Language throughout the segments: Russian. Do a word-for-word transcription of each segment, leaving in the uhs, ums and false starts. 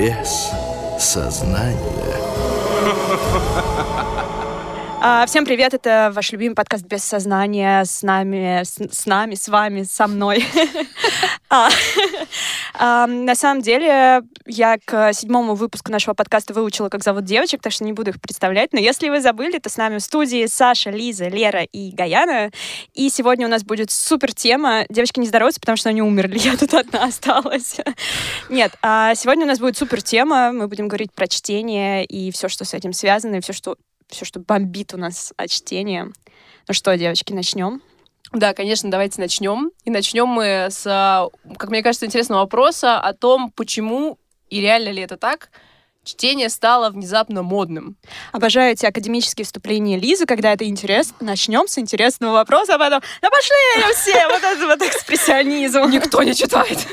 Без сознания. А, всем привет, это ваш любимый подкаст «Без сознания». С нами, с, с нами, с вами, со мной. а, а, на самом деле, я к седьмому выпуску нашего подкаста выучила, как зовут девочек, так что не буду их представлять. Но если вы забыли, то с нами в студии Саша, Лиза, Лера и Гаяна. И сегодня у нас будет супер тема. Девочки не здороваются, потому что они умерли. Я тут одна осталась. Нет, а сегодня у нас будет супер тема. Мы будем говорить про чтение и все, что с этим связано, и все, что все, что бомбит у нас от чтения. Ну что, девочки, начнем? Да, конечно, давайте начнем. И начнем мы с, как мне кажется, интересного вопроса о том, почему и реально ли это так, чтение стало внезапно модным. Обожаю эти академические вступления Лизы, когда это интересно. Начнем с интересного вопроса, а потом да пошли все, вот это вот экспрессионизм. Никто не читает.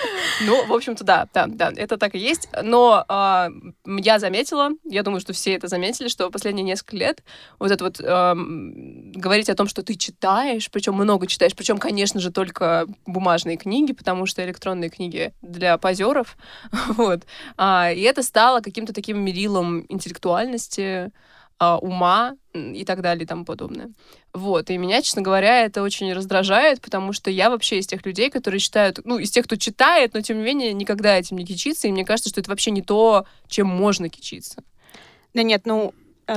Ну, в общем-то, да, да, да, это так и есть. Но э, я заметила, я думаю, что все это заметили, что последние несколько лет вот это вот э, говорить о том, что ты читаешь, причем много читаешь, причем, конечно же, только бумажные книги, потому что электронные книги для позеров, вот. А, и это стало каким-то таким мерилом интеллектуальности, э, ума и так далее и тому подобное. Вот. И меня, честно говоря, это очень раздражает, потому что я вообще из тех людей, которые читают, ну, из тех, кто читает, но, тем не менее, никогда этим не кичится, и мне кажется, что это вообще не то, чем можно кичиться. Да нет, ну,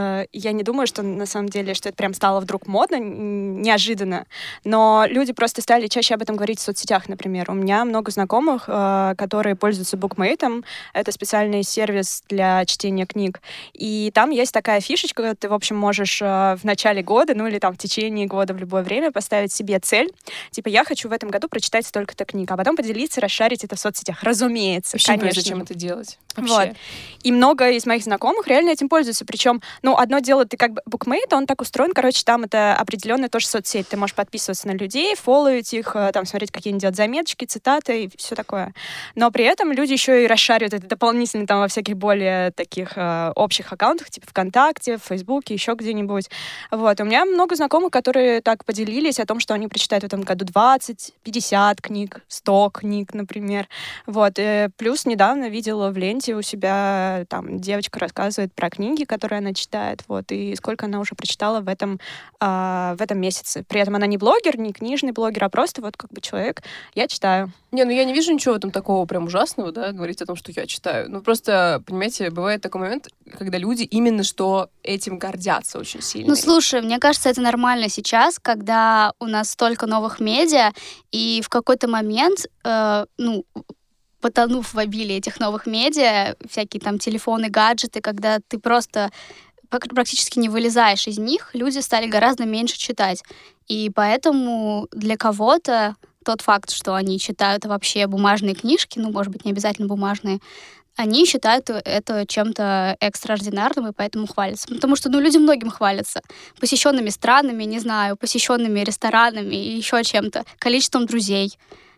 я не думаю, что на самом деле, что это прям стало вдруг модно, неожиданно, но люди просто стали чаще об этом говорить в соцсетях, например. У меня много знакомых, которые пользуются букмейтом. Это специальный сервис для чтения книг. И там есть такая фишечка, когда ты, в общем, можешь в начале года, ну или там в течение года в любое время поставить себе цель. Типа, я хочу в этом году прочитать столько-то книг, а потом поделиться, расшарить это в соцсетях. Разумеется, вообще конечно. Зачем это делать? Вообще. Вот. И много из моих знакомых реально этим пользуются. Причем, ну, одно дело, ты как бы букмейт, он так устроен, короче, там это определенная тоже соцсеть. Ты можешь подписываться на людей, фолловить их, там смотреть какие-нибудь делать заметочки, цитаты и все такое. Но при этом люди еще и расшаривают это дополнительно там во всяких более таких э, общих аккаунтах, типа ВКонтакте, в Фейсбуке, еще где-нибудь. Вот. У меня много знакомых, которые так поделились о том, что они прочитают в этом году двадцать, пятьдесят книг, сто книг, например. Вот. И плюс недавно видела в ленте у себя, там, девочка рассказывает про книги, которые она читает, вот, и сколько она уже прочитала в этом, э, в этом месяце. При этом она не блогер, не книжный блогер, а просто вот как бы человек, я читаю. Не, ну я не вижу ничего в этом такого прям ужасного, да, говорить о том, что я читаю. Ну просто, понимаете, бывает такой момент, когда люди именно что этим гордятся очень сильно. Ну слушай, мне кажется, это нормально сейчас, когда у нас столько новых медиа, и в какой-то момент, э, ну, потонув в обилии этих новых медиа, всякие там телефоны, гаджеты, когда ты просто практически не вылезаешь из них, люди стали гораздо меньше читать. И поэтому для кого-то тот факт, что они читают вообще бумажные книжки, ну, может быть, не обязательно бумажные, они считают это чем-то экстраординарным, и поэтому хвалятся. Потому что, ну, люди многим хвалятся. Посещенными странами, не знаю, посещенными ресторанами и еще чем-то, количеством друзей.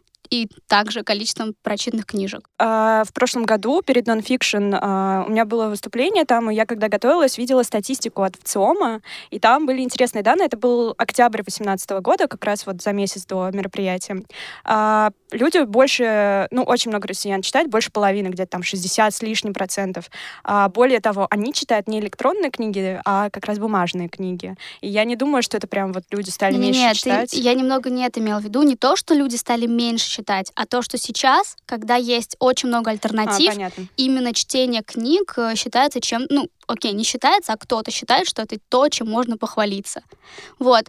И также количеством прочитанных книжек. А, в прошлом году перед нонфикшн а, у меня было выступление там, и я, когда готовилась, видела статистику от ВЦИОМа, и там были интересные данные. Это был октябрь две тысячи восемнадцатого года, как раз вот за месяц до мероприятия. А, люди больше, ну, очень много россиян читают, больше половины, где-то там шестьдесят с лишним процентов. А, более того, они читают не электронные книги, а как раз бумажные книги. И я не думаю, что это прям вот люди стали не, меньше нет, читать. Ты, я немного не это имела в виду. Не то, что люди стали меньше читать, а то, что сейчас, когда есть очень много альтернатив, а, именно чтение книг считается чем... Ну, окей, не считается, а кто-то считает, что это то, чем можно похвалиться. Вот.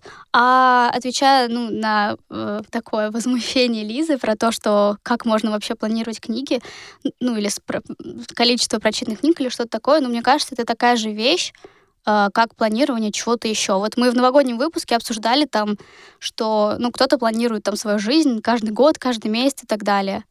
А отвечая ну, на э, такое возмущение Лизы про то, что как можно вообще планировать книги, ну, или спро- количество прочитанных книг или что-то такое, но мне кажется, это такая же вещь, как планирование чего-то еще. Вот мы в новогоднем выпуске обсуждали там, что ну, кто-то планирует там свою жизнь каждый год, каждый месяц и так далее.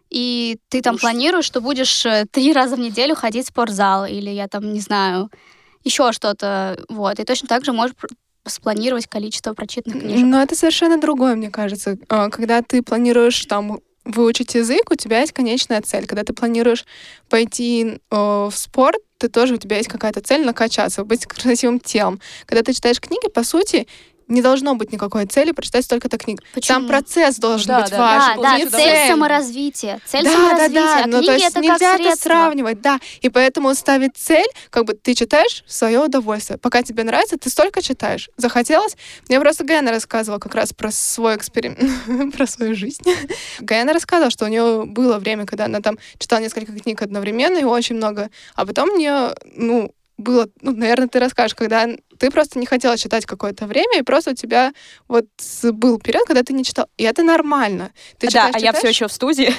И ты там ну, планируешь, что будешь три раза в неделю ходить в спортзал, или я там, не знаю, еще что-то. Вот. И точно так же можешь спланировать количество прочитанных книжек. Но это совершенно другое, мне кажется. Когда ты планируешь там выучить язык, у тебя есть конечная цель. Когда ты планируешь пойти в спорт, ты тоже, у тебя есть какая-то цель накачаться, быть красивым телом. Когда ты читаешь книги, по сути, не должно быть никакой цели прочитать столько-то книг. Почему? Сам процесс должен Да, быть да, важен. Да, да, не цель саморазвития. Цель Да, да, саморазвития. да. А Ну, книги то есть это нельзя как это средство. сравнивать, да. И поэтому ставить цель, как бы ты читаешь в свое удовольствие. Пока тебе нравится, ты столько читаешь. Захотелось? Мне просто Гэна рассказывала как раз про свой эксперимент, про свою жизнь. Гэна рассказывала, что у нее было время, когда она там читала несколько книг одновременно и очень много. А потом мне, ну, было, ну, наверное, ты расскажешь, когда ты просто не хотела читать какое-то время, и просто у тебя вот был период, когда ты не читал. И это нормально. Ты Да, читаешь, а я читаешь? все еще в студии.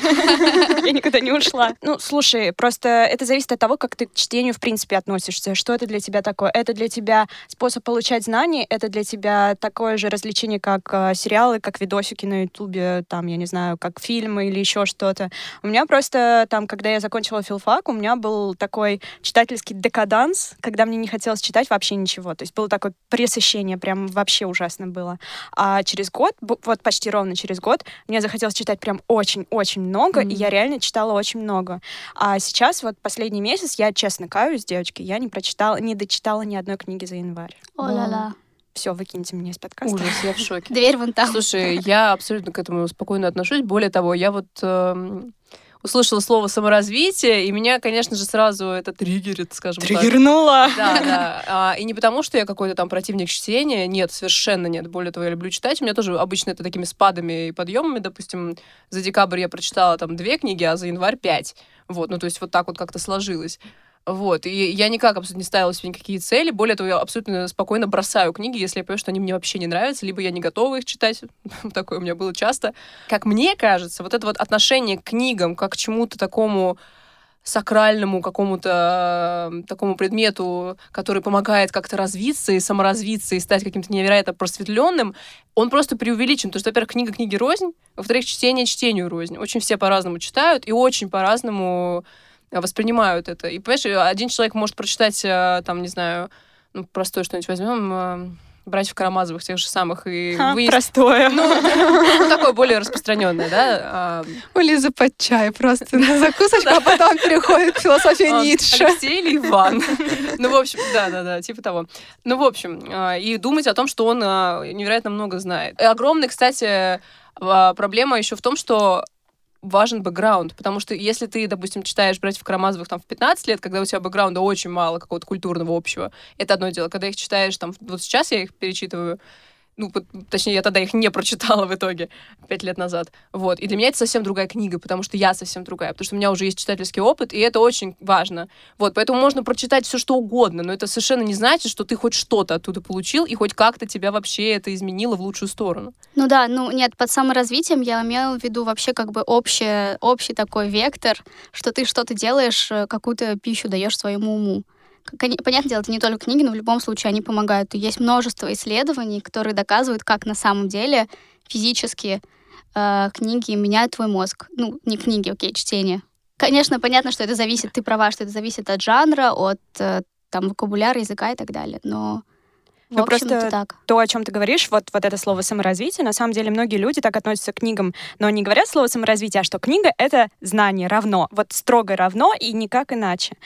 Я никуда не ушла. Ну, слушай, просто это зависит от того, как ты к чтению в принципе относишься. Что это для тебя такое? Это для тебя способ получать знания? Это для тебя такое же развлечение, как э, сериалы, как видосики на Ютубе, там, я не знаю, как фильмы или еще что-то. У меня просто там, когда я закончила филфак, у меня был такой читательский декаданс, когда мне не хотелось читать вообще ничего. То есть было такое пресыщение, прям вообще ужасно было. А через год, вот почти ровно через год, мне захотелось читать прям очень-очень много, mm-hmm. и я реально читала очень много. А сейчас, вот последний месяц, я честно каюсь, девочки, я не прочитала, не дочитала ни одной книги за январь. О-ла-ла. Все, выкиньте меня из подкаста. Ужас, я в шоке. Дверь вон там. Слушай, я абсолютно к этому спокойно отношусь. Более того, я вот эм, услышала слово саморазвитие, и меня, конечно же, сразу это триггерит, скажем так. Триггернула! Да, да. А, и не потому, что я какой-то там противник чтения. Нет, совершенно нет. Более того, я люблю читать. У меня тоже обычно это такими спадами и подъемами. Допустим, за декабрь я прочитала там две книги, а за январь пять. Вот, ну то есть вот так вот как-то сложилось. Вот, и я никак абсолютно не ставила себе никакие цели. Более того, я абсолютно спокойно бросаю книги, если я понимаю, что они мне вообще не нравятся, либо я не готова их читать. Такое у меня было часто. Как мне кажется, вот это вот отношение к книгам, как к чему-то такому сакральному, какому-то э, такому предмету, который помогает как-то развиться и саморазвиться, и стать каким-то невероятно просветленным, он просто преувеличен. Потому что, во-первых, книга книги рознь, во-вторых, чтение чтению рознь. Очень все по-разному читают и очень по-разному воспринимают это. И, понимаешь, один человек может прочитать, там, не знаю, ну, простое что-нибудь возьмем, «Братьев Карамазовых», тех же самых, и Ха, вы... простое. Ну, ну, такое более распространенное, да? У Лизы под чай просто на закусочку, а потом переходит к философии Ницше. Алексей или Иван? Ну, в общем, да-да-да, типа того. Ну, в общем, и думать о том, что он невероятно много знает. И огромная, кстати, проблема еще в том, что важен бэкграунд, потому что если ты, допустим, читаешь «Братьев Карамазовых» там в пятнадцать лет, когда у тебя бэкграунда очень мало какого-то культурного общего, это одно дело. Когда их читаешь, там, вот сейчас я их перечитываю, ну, точнее, я тогда их не прочитала в итоге, пять лет назад. Вот. И для меня это совсем другая книга, потому что я совсем другая, потому что у меня уже есть читательский опыт, и это очень важно. Вот. Поэтому можно прочитать все что угодно, но это совершенно не значит, что ты хоть что-то оттуда получил, и хоть как-то тебя вообще это изменило в лучшую сторону. Ну да, ну нет, под саморазвитием я имела в виду вообще как бы общий, общий такой вектор, что ты что-то делаешь, какую-то пищу даешь своему уму. Понятное дело, это не только книги, но в любом случае они помогают. И есть множество исследований, которые доказывают, как на самом деле физически э, книги меняют твой мозг. Ну, не книги, окей, чтение. Конечно, понятно, что это зависит, ты права, что это зависит от жанра, от э, там, вокабуляра, языка и так далее. Но в Ну, общем, просто это так. то, о чем ты говоришь, вот, вот это слово «саморазвитие», на самом деле многие люди так относятся к книгам, но не говорят слово «саморазвитие», а что книга — это знание, равно, вот строго равно и никак иначе.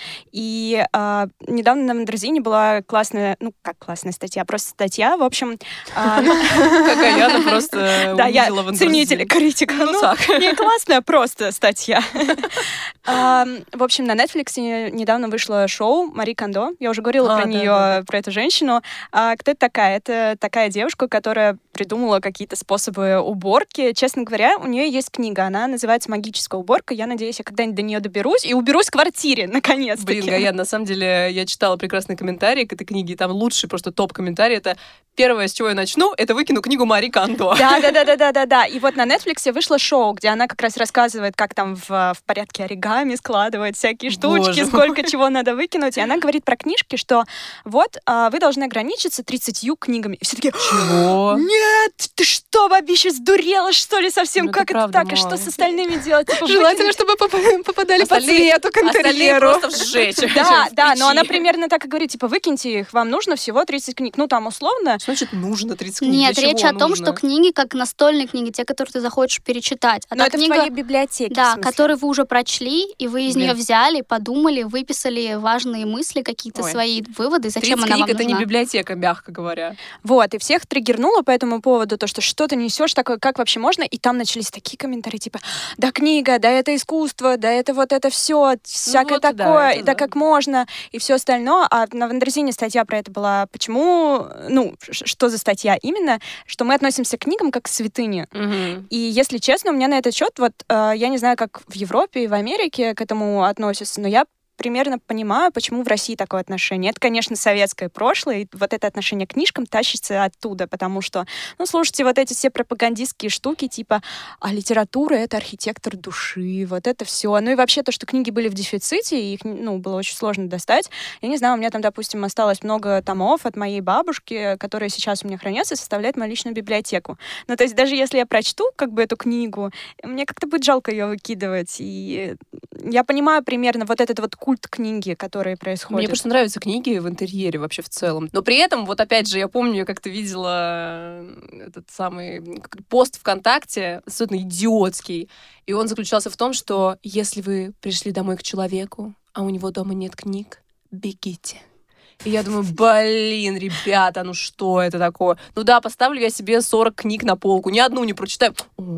И э, недавно на Мандразине была классная, ну, как классная статья, просто статья, в общем... Какая Яна просто Да, я увидела в ценитель, критика. Ну, не классная, просто статья. В общем, на Netflix недавно вышло шоу Мари Кондо. Я уже говорила про нее, про эту женщину. Кто это такая? Это такая девушка, которая придумала какие-то способы уборки. Честно говоря, у нее есть книга, она называется «Магическая уборка». Я надеюсь, я когда-нибудь до нее доберусь и уберусь в квартире, наконец-таки. Блин, Гаян, на самом деле, я читала прекрасный комментарий к этой книге, и там лучший просто топ-комментарий. Это первое, с чего я начну, это выкину книгу Мари Кондо. Да-да-да-да-да-да. И вот на Netflix вышло шоу, где она как раз рассказывает, как там в, в порядке оригами складывать всякие штучки, Боже сколько чего надо выкинуть. И она говорит про книжки, что вот а, вы должны ограничиться тридцатью книгами. И все такие: Чего? Нет! нет, ты что, бабища, сдурела, что ли, совсем? Ну, как это это правда так? А что мало. с остальными делать? Типа, Желательно, выкинуть? чтобы попа- попадали по Остальные- цвету к Остальные интерьеру. просто сжечь. Да, в да, но она печи. примерно так и говорит, типа, выкиньте их, вам нужно всего тридцать книг. Ну, там, условно. Что значит нужно тридцать книг? Нет, Для речь чего о том, нужно? что книги, как настольные книги, те, которые ты захочешь перечитать. А Но та это книга, в твоей библиотеке, в да, смысле. которые вы уже прочли, и вы из Блин. нее взяли, подумали, выписали важные мысли, какие-то Ой. свои выводы, зачем тридцать она книг вам это нужна. не библиотека, мягко говоря. Вот, и всех триггернуло по этому поводу, то, что что ты несешь такое, как вообще можно, и там начались такие комментарии, типа, да книга, да это искусство, да это вот это все, всякое вот, да, такое, это да, да. как можно, и все остальное. А на Вандерзине статья про это была, почему, ну, ш- что за статья именно, что мы относимся к книгам как к святыне. И если честно, у меня на этот счет, вот, э, я не знаю, как в Европе и в Америке к этому относятся, но я примерно понимаю, почему в России такое отношение. Это, конечно, советское прошлое, и вот это отношение к книжкам тащится оттуда, потому что, ну, слушайте, вот эти все пропагандистские штуки, типа, а литература — это архитектор души, вот это все. Ну и вообще то, что книги были в дефиците, и их, ну, было очень сложно достать. Я не знаю, у меня там, допустим, осталось много томов от моей бабушки, которые сейчас у меня хранятся и составляют мою личную библиотеку. Ну, то есть даже если я прочту, как бы, эту книгу, мне как-то будет жалко ее выкидывать. И я понимаю примерно вот этот вот культ книги, который происходит. Мне просто нравятся книги в интерьере вообще в целом. Но при этом, вот опять же, я помню, я как-то видела этот самый как пост ВКонтакте, абсолютно идиотский. И он заключался в том, что если вы пришли домой к человеку, а у него дома нет книг, бегите. И я думаю, блин, ребята, ну что это такое? Ну да, поставлю я себе сорок книг на полку, ни одну не прочитаю.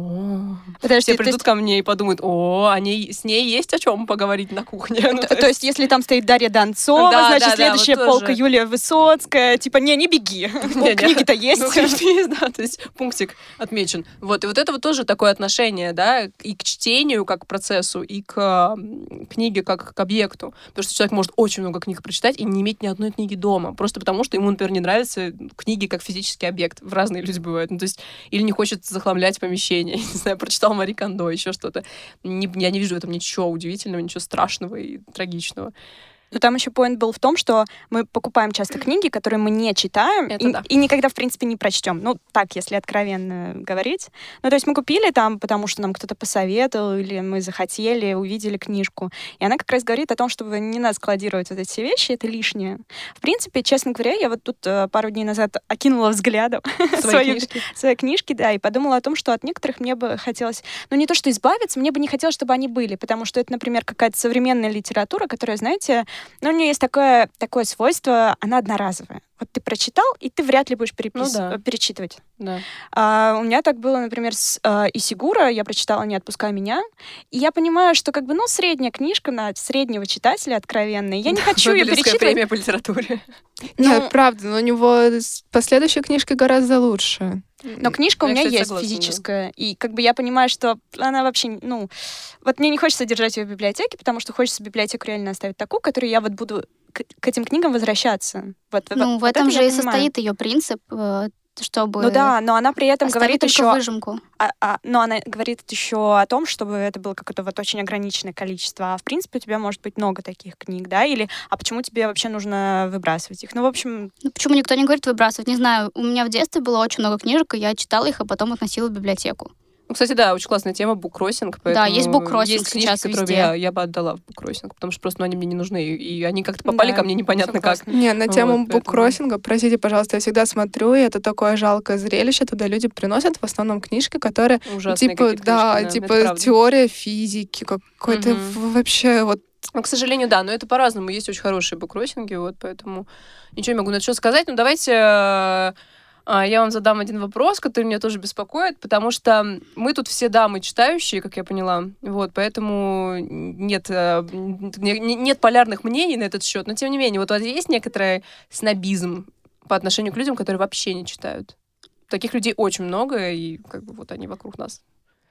О, Подожди, все то придут есть- ко мне и подумают, о, они, с ней есть о чем поговорить на кухне. Ну, То, то есть, если там стоит Дарья Донцова, Да, значит, да, да, следующая вот полка тоже. Юлия Высоцкая. Типа, не, не беги. Не-не. Книги-то есть. Ну, книжки есть, да, то есть пунктик отмечен. Вот, и вот это вот тоже такое отношение, да, и к чтению как к процессу, и к м, книге как к объекту. Потому что человек может очень много книг прочитать и не иметь ни одной книги дома. Просто потому, что ему, например, не нравятся книги как физический объект. В разные люди бывают. Ну, то есть, или не хочет захламлять помещение. Не знаю, прочитал Мари Кондо, еще что-то. Не- я не вижу в этом ничего удивительного, ничего страшного и трагичного. Но там еще поинт был в том, что мы покупаем часто книги, которые мы не читаем Это и, да. и никогда, в принципе, не прочтем. Ну, так, если откровенно говорить. Ну, то есть мы купили там, потому что нам кто-то посоветовал, или мы захотели, увидели книжку. И она как раз говорит о том, чтобы не надо складировать вот эти все вещи, это лишнее. В принципе, честно говоря, я вот тут э, пару дней назад окинула взглядом Свои свои книжки. свои книжки, да, и подумала о том, что от некоторых мне бы хотелось, ну, не то что избавиться, мне бы не хотелось, чтобы они были, потому что это, например, какая-то современная литература, которая, знаете, ну, у нее есть такое, такое свойство, она одноразовая. Вот ты прочитал, и ты вряд ли будешь перепис... Ну да. э, перечитывать. Да. А, у меня так было, например, с э, Исигуро, я прочитала «Не отпускай меня», и я понимаю, что как бы, ну, средняя книжка на среднего читателя, откровенная. Я не хочу ее Нобелевская перечитывать. премия по литературе. Нет, Ну- правда, но у него с- последующие книжки гораздо лучше. Но книжка у Я, меня кстати, есть согласна, да. физическая, и как бы я понимаю, что она вообще, ну, вот мне не хочется держать ее в библиотеке, потому что хочется библиотеку реально оставить такую, которую я вот буду к, к этим книгам возвращаться. Вот, Ну, вот- в вот этом это же я и понимаю. состоит ее принцип, э, чтобы Ну да, но она при этом оставить говорит только еще, выжимку. а- а- но она говорит еще о том, чтобы это было какое-то вот очень ограниченное количество. А в принципе у тебя может быть много таких книг, да? Или а почему тебе вообще нужно выбрасывать их? Ну, в общем, Ну, почему никто не говорит выбрасывать? Не знаю, у меня в детстве было очень много книжек, и я читала их, а потом относила в библиотеку. Ну, кстати, да, очень классная тема, буккроссинг. Да, есть поэтому буккроссинг есть книжки, сейчас которые везде. я, я бы отдала в буккроссинг, потому что просто ну, они мне не нужны, и, и они как-то попали Да, ко мне непонятно как. согласна. Не, на тему Вот, поэтому- буккроссинга, простите, пожалуйста, я всегда смотрю, и это такое жалкое зрелище, туда люди приносят в основном книжки, которые, Ужасные типа, какие-то да, книжки, это типа правда. теория физики, какой-то Мгм. в- вообще вот. Ну, к сожалению, да, но это по-разному. Есть очень хорошие буккроссинги, вот, поэтому ничего не могу на это что сказать. Но давайте э, а, я вам задам один вопрос, который меня тоже беспокоит, потому что мы тут все дамы читающие, как я поняла, вот, поэтому нет, э, не- не- нет полярных мнений на этот счет, но тем не менее, вот, вот есть некоторый снобизм по отношению к людям, которые вообще не читают. Таких людей очень много, и как бы вот они вокруг нас.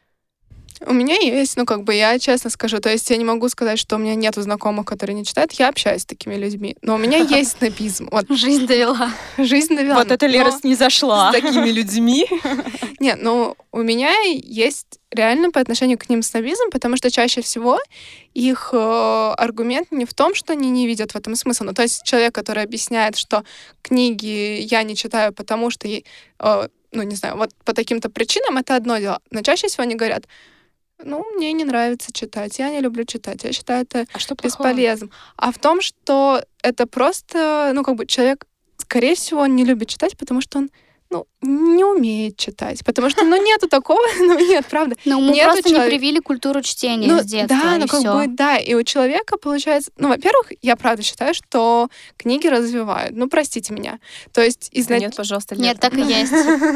У меня есть, ну, как бы, я честно скажу, то есть я не могу сказать, что у меня нету знакомых, которые не читают, я общаюсь с такими людьми, но у меня есть снобизм. Вот, Жизнь довела. жизнь довела. вот это Лера Но- не зашла. С такими людьми. Нет, ну, у меня есть реально по отношению к ним снобизм, потому что чаще всего их э, аргумент не в том, что они не видят в этом смысла. Ну, то есть человек, который объясняет, что книги я не читаю, потому что е- э, ну, не знаю, вот по таким-то причинам, это одно дело. Но чаще всего они говорят, ну, мне не нравится читать, я не люблю читать, я считаю это А что плохого? бесполезным. А в том, что это просто, ну, как бы человек, скорее всего, он не любит читать, потому что он, ну, не умеет читать. Потому что, ну, нету такого, ну, нет, правда. Ну, мы Нету просто человек- не привили культуру чтения Ну, с детства, да, и ну, как всё. бы, да, и у человека получается... Ну, во-первых, я правда считаю, что книги развивают. Ну, простите меня. То есть Да изначально... нет, пожалуйста, Лер. Нет, так и есть.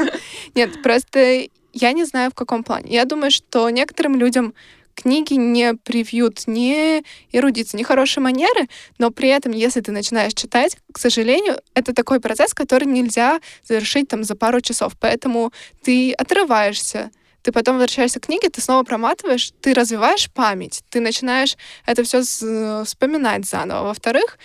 Нет, просто я не знаю, в каком плане. Я думаю, что некоторым людям книги не привьют ни эрудиции, ни хорошие манеры, но при этом, если ты начинаешь читать, к сожалению, это такой процесс, который нельзя завершить там за пару часов. Поэтому ты отрываешься, ты потом возвращаешься к книге, ты снова проматываешь, ты развиваешь память, ты начинаешь это все вспоминать заново. Во-вторых,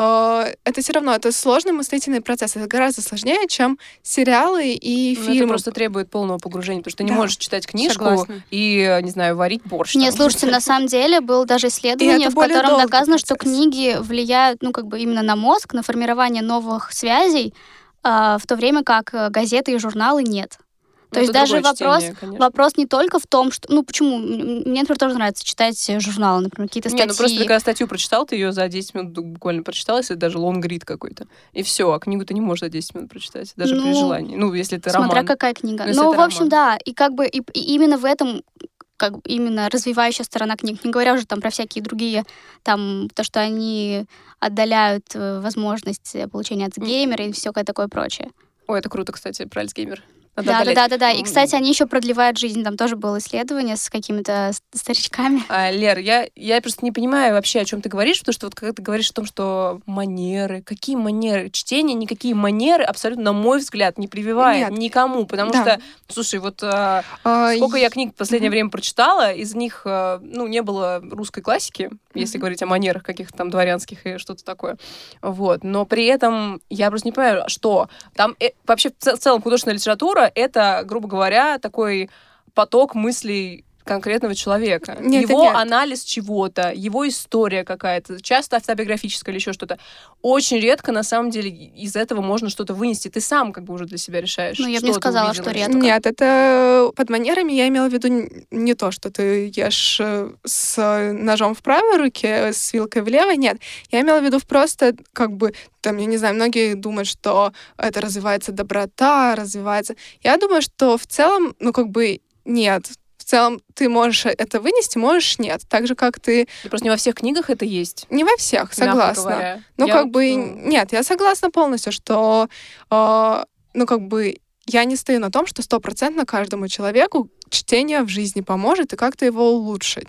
э, это все равно это сложный мыслительный процесс. Это гораздо сложнее, чем сериалы и Ну, фильмы. это просто требует полного погружения, потому что ты не Да. можешь читать книжку Согласна. и, не знаю, варить борщ. Нет, там. слушайте, на самом деле было даже исследование, это в более котором долгий доказано, что процесс. книги влияют, ну, как бы именно на мозг, на формирование новых связей, а, в то время как э, газеты и журналы нет. Ну, То есть это даже другое вопрос, чтение, конечно. вопрос не только в том, что... Ну, почему? М- Мне, например, тоже нравится читать журналы, например, какие-то Не, статьи. ну просто ты когда статью прочитал, ты ее за десять минут буквально прочитал, если даже лонгрид какой-то. И все, а книгу ты не можешь за десять минут прочитать, даже при Ну, желании. Ну, если это Смотря роман. какая книга. Ну, если Ну, это в общем, роман. да. И как бы и, и именно в этом как бы именно развивающая сторона книг. Не говоря уже там про всякие другие, там, то, что они отдаляют э, возможность э, получения Альцгеймера и все такое прочее. Ой, это круто, кстати, про Альцгеймер. Надо Да, да, отдалять. да, да, да. И, М, кстати, они еще продлевают жизнь. Там тоже было исследование с какими-то с- старичками. А, Лер, я, я просто не понимаю вообще, о чем ты говоришь, потому что вот когда ты говоришь о том, что манеры, какие манеры? Чтение никакие манеры абсолютно, на мой взгляд, не прививает Нет. никому, потому Да. что, слушай, вот а, А, сколько и- я книг в последнее Мгм. время прочитала, из них, а, ну, не было русской классики, если Мгм. говорить о манерах каких-то там дворянских и что-то такое, вот, но при этом я просто не понимаю, что там э, вообще в ц- в целом художественная литература — это, грубо говоря, такой поток мыслей конкретного человека. Нет, его нет. анализ чего-то, его история какая-то, часто автобиографическая или еще что-то. Очень редко, на самом деле, из этого можно что-то вынести. Ты сам как бы уже для себя решаешь. Ну, я бы что не ты сказала, увидела, что что- редко. Нет, это под манерами я имела в виду н- не то, что ты ешь э, с ножом в правой руке, с вилкой в левой, нет. Я имела в виду просто, как бы, там, я не знаю, многие думают, что это развивается доброта, развивается... Я думаю, что в целом, ну, как бы, нет. В целом ты можешь это вынести, можешь нет. Так же, как ты... И просто не во всех книгах это есть. Не во всех, мягко согласна. говоря. Ну, Я как вот, бы, ну, нет, я согласна полностью, что, э, ну, как бы, я не стою на том, что стопроцентно каждому человеку чтение в жизни поможет и как-то его улучшит.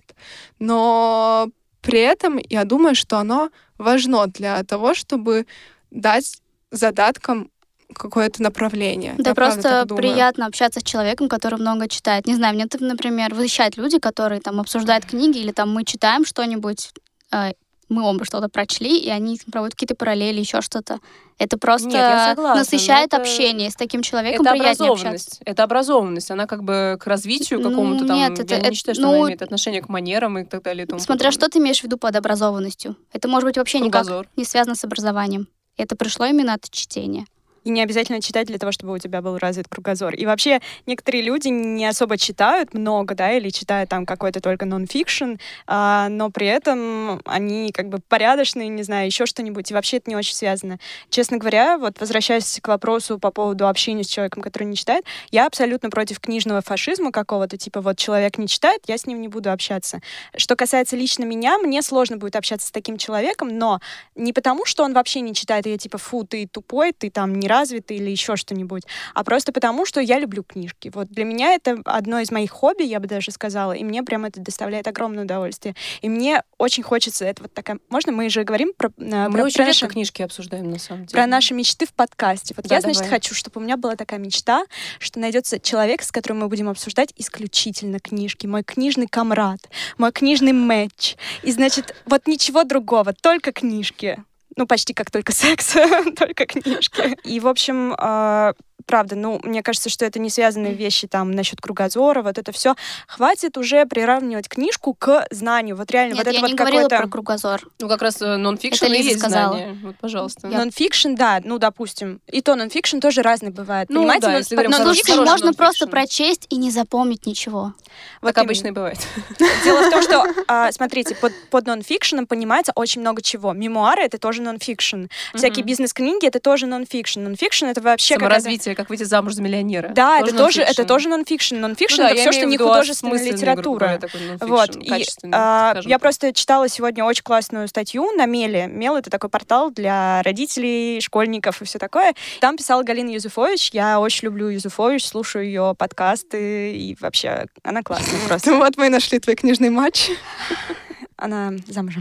Но при этом я думаю, что оно важно для того, чтобы дать задаткам какое-то направление. Да, Я правда просто так думаю. приятно общаться с человеком, который много читает. Не знаю, мне, например, восхищают люди, которые там обсуждают книги, или там мы читаем что-нибудь, э, мы оба что-то прочли, и они проводят какие-то параллели, еще что-то. Это просто Нет, я согласна, насыщает но это- общение. С таким человеком Это приятнее общаться. образованность. Это образованность. Она как бы к развитию Ну, какому-то там... нет, это- я не это- считаю, что ну, она имеет отношение к манерам и так далее. И тому Смотря подобное. что ты имеешь в виду под образованностью. Это может быть вообще никак Кругозор. не связано с образованием. Это пришло именно от чтения. И не обязательно читать для того, чтобы у тебя был развит кругозор. И вообще некоторые люди не особо читают много, да, или читают там какой-то только нон-фикшн, а, но при этом они как бы порядочные, не знаю, еще что-нибудь. И вообще это не очень связано. Честно говоря, вот возвращаясь к вопросу по поводу общения с человеком, который не читает, я абсолютно против книжного фашизма какого-то, типа вот человек не читает, я с ним не буду общаться. Что касается лично меня, мне сложно будет общаться с таким человеком, но не потому, что он вообще не читает, и я типа, фу, ты тупой, ты там не развитый или еще что-нибудь, а просто потому, что я люблю книжки. Вот для меня это одно из моих хобби, я бы даже сказала, и мне прям это доставляет огромное удовольствие. И мне очень хочется, это вот такая... Можно мы же говорим про, э, Мы про, очень про редко наши, книжки обсуждаем, на самом деле. про наши мечты в подкасте. Вот Да, я, значит, давай. хочу, чтобы у меня была такая мечта, что найдется человек, с которым мы будем обсуждать исключительно книжки, мой книжный комрад, мой книжный мэтч. И, значит, вот ничего другого, только книжки. Ну, почти как только секс, только книжки. И, в общем, э, правда, ну, мне кажется, что это не связанные вещи там насчет кругозора, вот это все. Хватит уже приравнивать книжку к знанию. Вот реально, Нет, вот я это не вот говорила какой-то... про кругозор. Ну, как раз нон-фикшн Это и Лиза есть сказала. знание. Вот, пожалуйста. Я- Нон-фикшн, да, ну, допустим. И то нон-фикшн тоже разный бывает. Ну, Понимаете? да, Ну, если говорим но про Но Хороший- слушайте, хороший можно нон-фикшн. просто прочесть и не запомнить ничего. вот Так именно. обычно и бывает. Дело в том, что, а, смотрите, под, под нон-фикшеном понимается очень много чего. Мемуары — это тоже нон-фикшн. Всякие Мгм. бизнес-книги — это тоже нон-фикшн. Нон-фикшн — это вообще какая-то... Саморазвитие, как выйти замуж за миллионера. Да, это тоже, нон-фикшн. это тоже нон-фикшн. Нон-фикшн Ну да, — это я все, что имею в не виду художественная осмысленный, грубо говоря, литература. такой нон-фикшн, Вот. И, качественный, а, скажем я так. просто читала сегодня очень классную статью на Меле. Мел — это такой портал для родителей, школьников и все такое. Там писала Галина Юзефович. Я очень люблю Юзефович, слушаю ее подкасты, и вообще она классная просто. Вот мы и нашли твой книжный матч. Она замужем.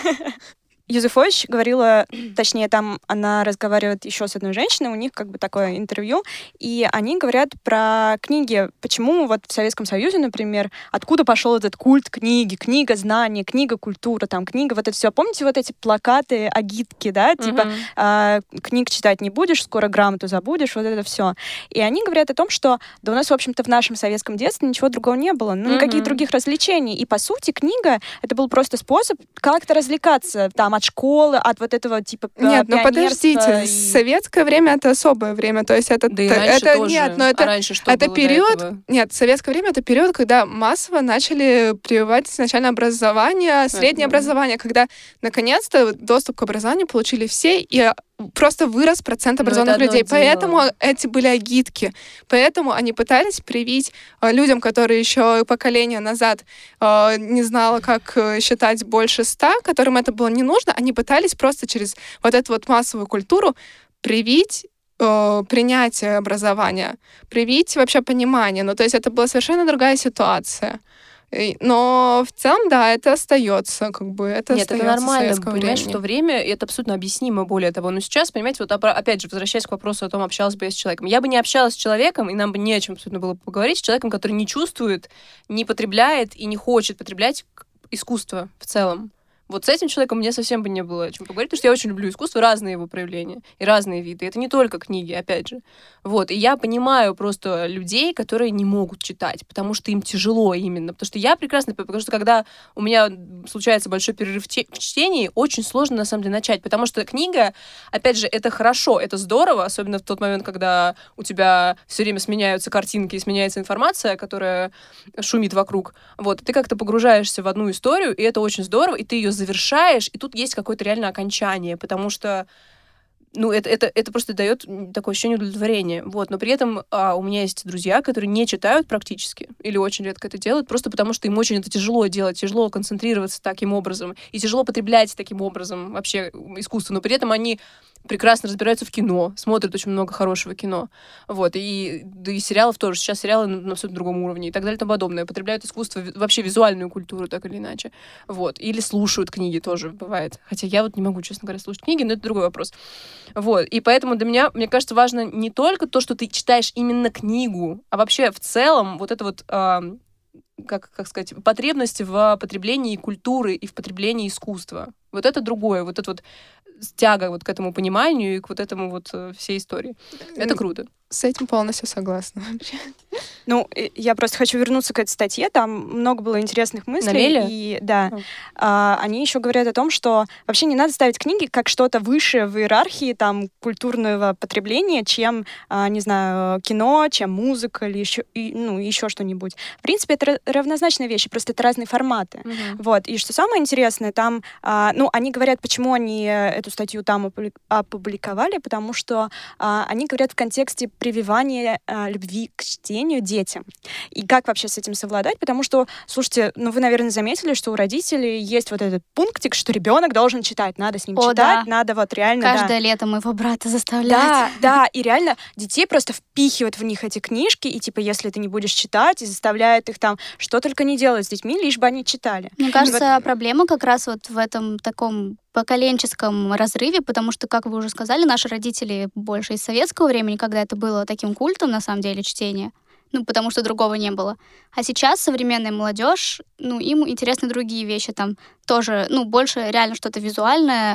Юзефович говорила, точнее, там она разговаривает еще с одной женщиной, у них как бы такое интервью, и они говорят про книги, почему вот в Советском Союзе, например, откуда пошел этот культ книги, книга знания, книга культура, там, книга, вот это все. Помните вот эти плакаты, агитки, да, типа Мгм. а, книг читать не будешь, скоро грамоту забудешь, вот это все. И они говорят о том, что да у нас, в общем-то, в нашем советском детстве ничего другого не было, ну, никаких Мгм. других развлечений. И, по сути, книга — это был просто способ как-то развлекаться, там, от школы, от вот этого, типа, п- Нет, ну пионерства подождите, и- советское время — это особое время, то есть это... Да и т- раньше это тоже. Нет, но А это... раньше что это было до период- этого? Нет, советское время — это период, когда массово начали прививать сначала образование, среднее Мгм. образование, когда наконец-то доступ к образованию получили все, и а, просто вырос процент Ну, это образованных одно людей. дело. Поэтому эти были агитки. Поэтому они пытались привить э, людям, которые еще поколение назад э, не знало, как э, считать больше ста, которым это было не нужно, они пытались просто через вот эту вот массовую культуру привить э, принятие образования, привить вообще понимание. Ну, то есть это была совершенно другая ситуация. И- Но в целом, да, это остается, как бы, это Нет, это остается нормально, советского понимаешь, в времени. то время это абсолютно объяснимо, более того. Но сейчас, понимаете, вот опра- опять же, возвращаясь к вопросу о том, общалась бы я с человеком. Я бы не общалась с человеком, и нам бы не о чем абсолютно было поговорить, с человеком, который не чувствует, не потребляет и не хочет потреблять к- искусство в целом. Вот с этим человеком мне совсем бы не было о чем поговорить, потому что я очень люблю искусство, разные его проявления и разные виды. Это не только книги, опять же. Вот. И я понимаю просто людей, которые не могут читать, потому что им тяжело именно. Потому что я прекрасно понимаю, потому что когда у меня случается большой перерыв в те- в чтении, очень сложно, на самом деле, начать. Потому что книга, опять же, это хорошо, это здорово, особенно в тот момент, когда у тебя все время сменяются картинки и сменяется информация, которая шумит вокруг. Вот. И ты как-то погружаешься в одну историю, и это очень здорово, и ты ее завершаешь, и тут есть какое-то реально окончание, потому что ну, это, это, это просто дает такое ощущение удовлетворения. Вот. Но при этом а, у меня есть друзья, которые не читают практически, или очень редко это делают, просто потому что им очень это тяжело делать, тяжело концентрироваться таким образом, и тяжело потреблять таким образом вообще искусство. Но при этом они прекрасно разбираются в кино, смотрят очень много хорошего кино. Вот. И, да и сериалов тоже. Сейчас сериалы на, на абсолютно другом уровне и так далее и тому подобное. Потребляют искусство, ви- вообще визуальную культуру, так или иначе. Вот. Или слушают книги тоже бывает. Хотя я вот не могу, честно говоря, слушать книги, но это другой вопрос. Вот. И поэтому для меня, мне кажется, важно не только то, что ты читаешь именно книгу, а вообще в целом вот это вот, ам, как, как сказать, потребность в потреблении культуры и в потреблении искусства. Вот это другое. Вот это вот тяга вот к этому пониманию и к вот этому вот э, всей истории. Это круто. С этим полностью согласна вообще. Ну, э, я просто хочу вернуться к этой статье. Там много было интересных мыслей. Меле? И да, А. а, они еще говорят о том, что вообще не надо ставить книги как что-то выше в иерархии там культурного потребления, чем, а, не знаю, кино, чем музыка или еще, и, ну, еще что-нибудь. В принципе, это ра- равнозначные вещи, просто это разные форматы. Вот. И что самое интересное, там, а, ну, они говорят, почему они эту статью там опули- опубликовали, потому что а, они говорят в контексте прививания а, любви к чтению детям. И как вообще с этим совладать? Потому что, слушайте, ну, вы, наверное, заметили, что у родителей есть вот этот пунктик, что ребенок должен читать, надо с ним О, читать, да. надо вот реально... да. Каждое лето моего брата заставляют. Да, да, и реально детей просто впихивают в них эти книжки, и типа, если ты не будешь читать, и заставляют их там что только не делать с детьми, лишь бы они читали. Мне И кажется, вот- проблема как раз вот в этом таком поколенческом разрыве, потому что, как вы уже сказали, наши родители больше из советского времени, когда это было таким культом, на самом деле, чтение, ну, потому что другого не было. А сейчас современная молодежь, ну, им интересны другие вещи, там тоже, ну, больше реально что-то визуальное,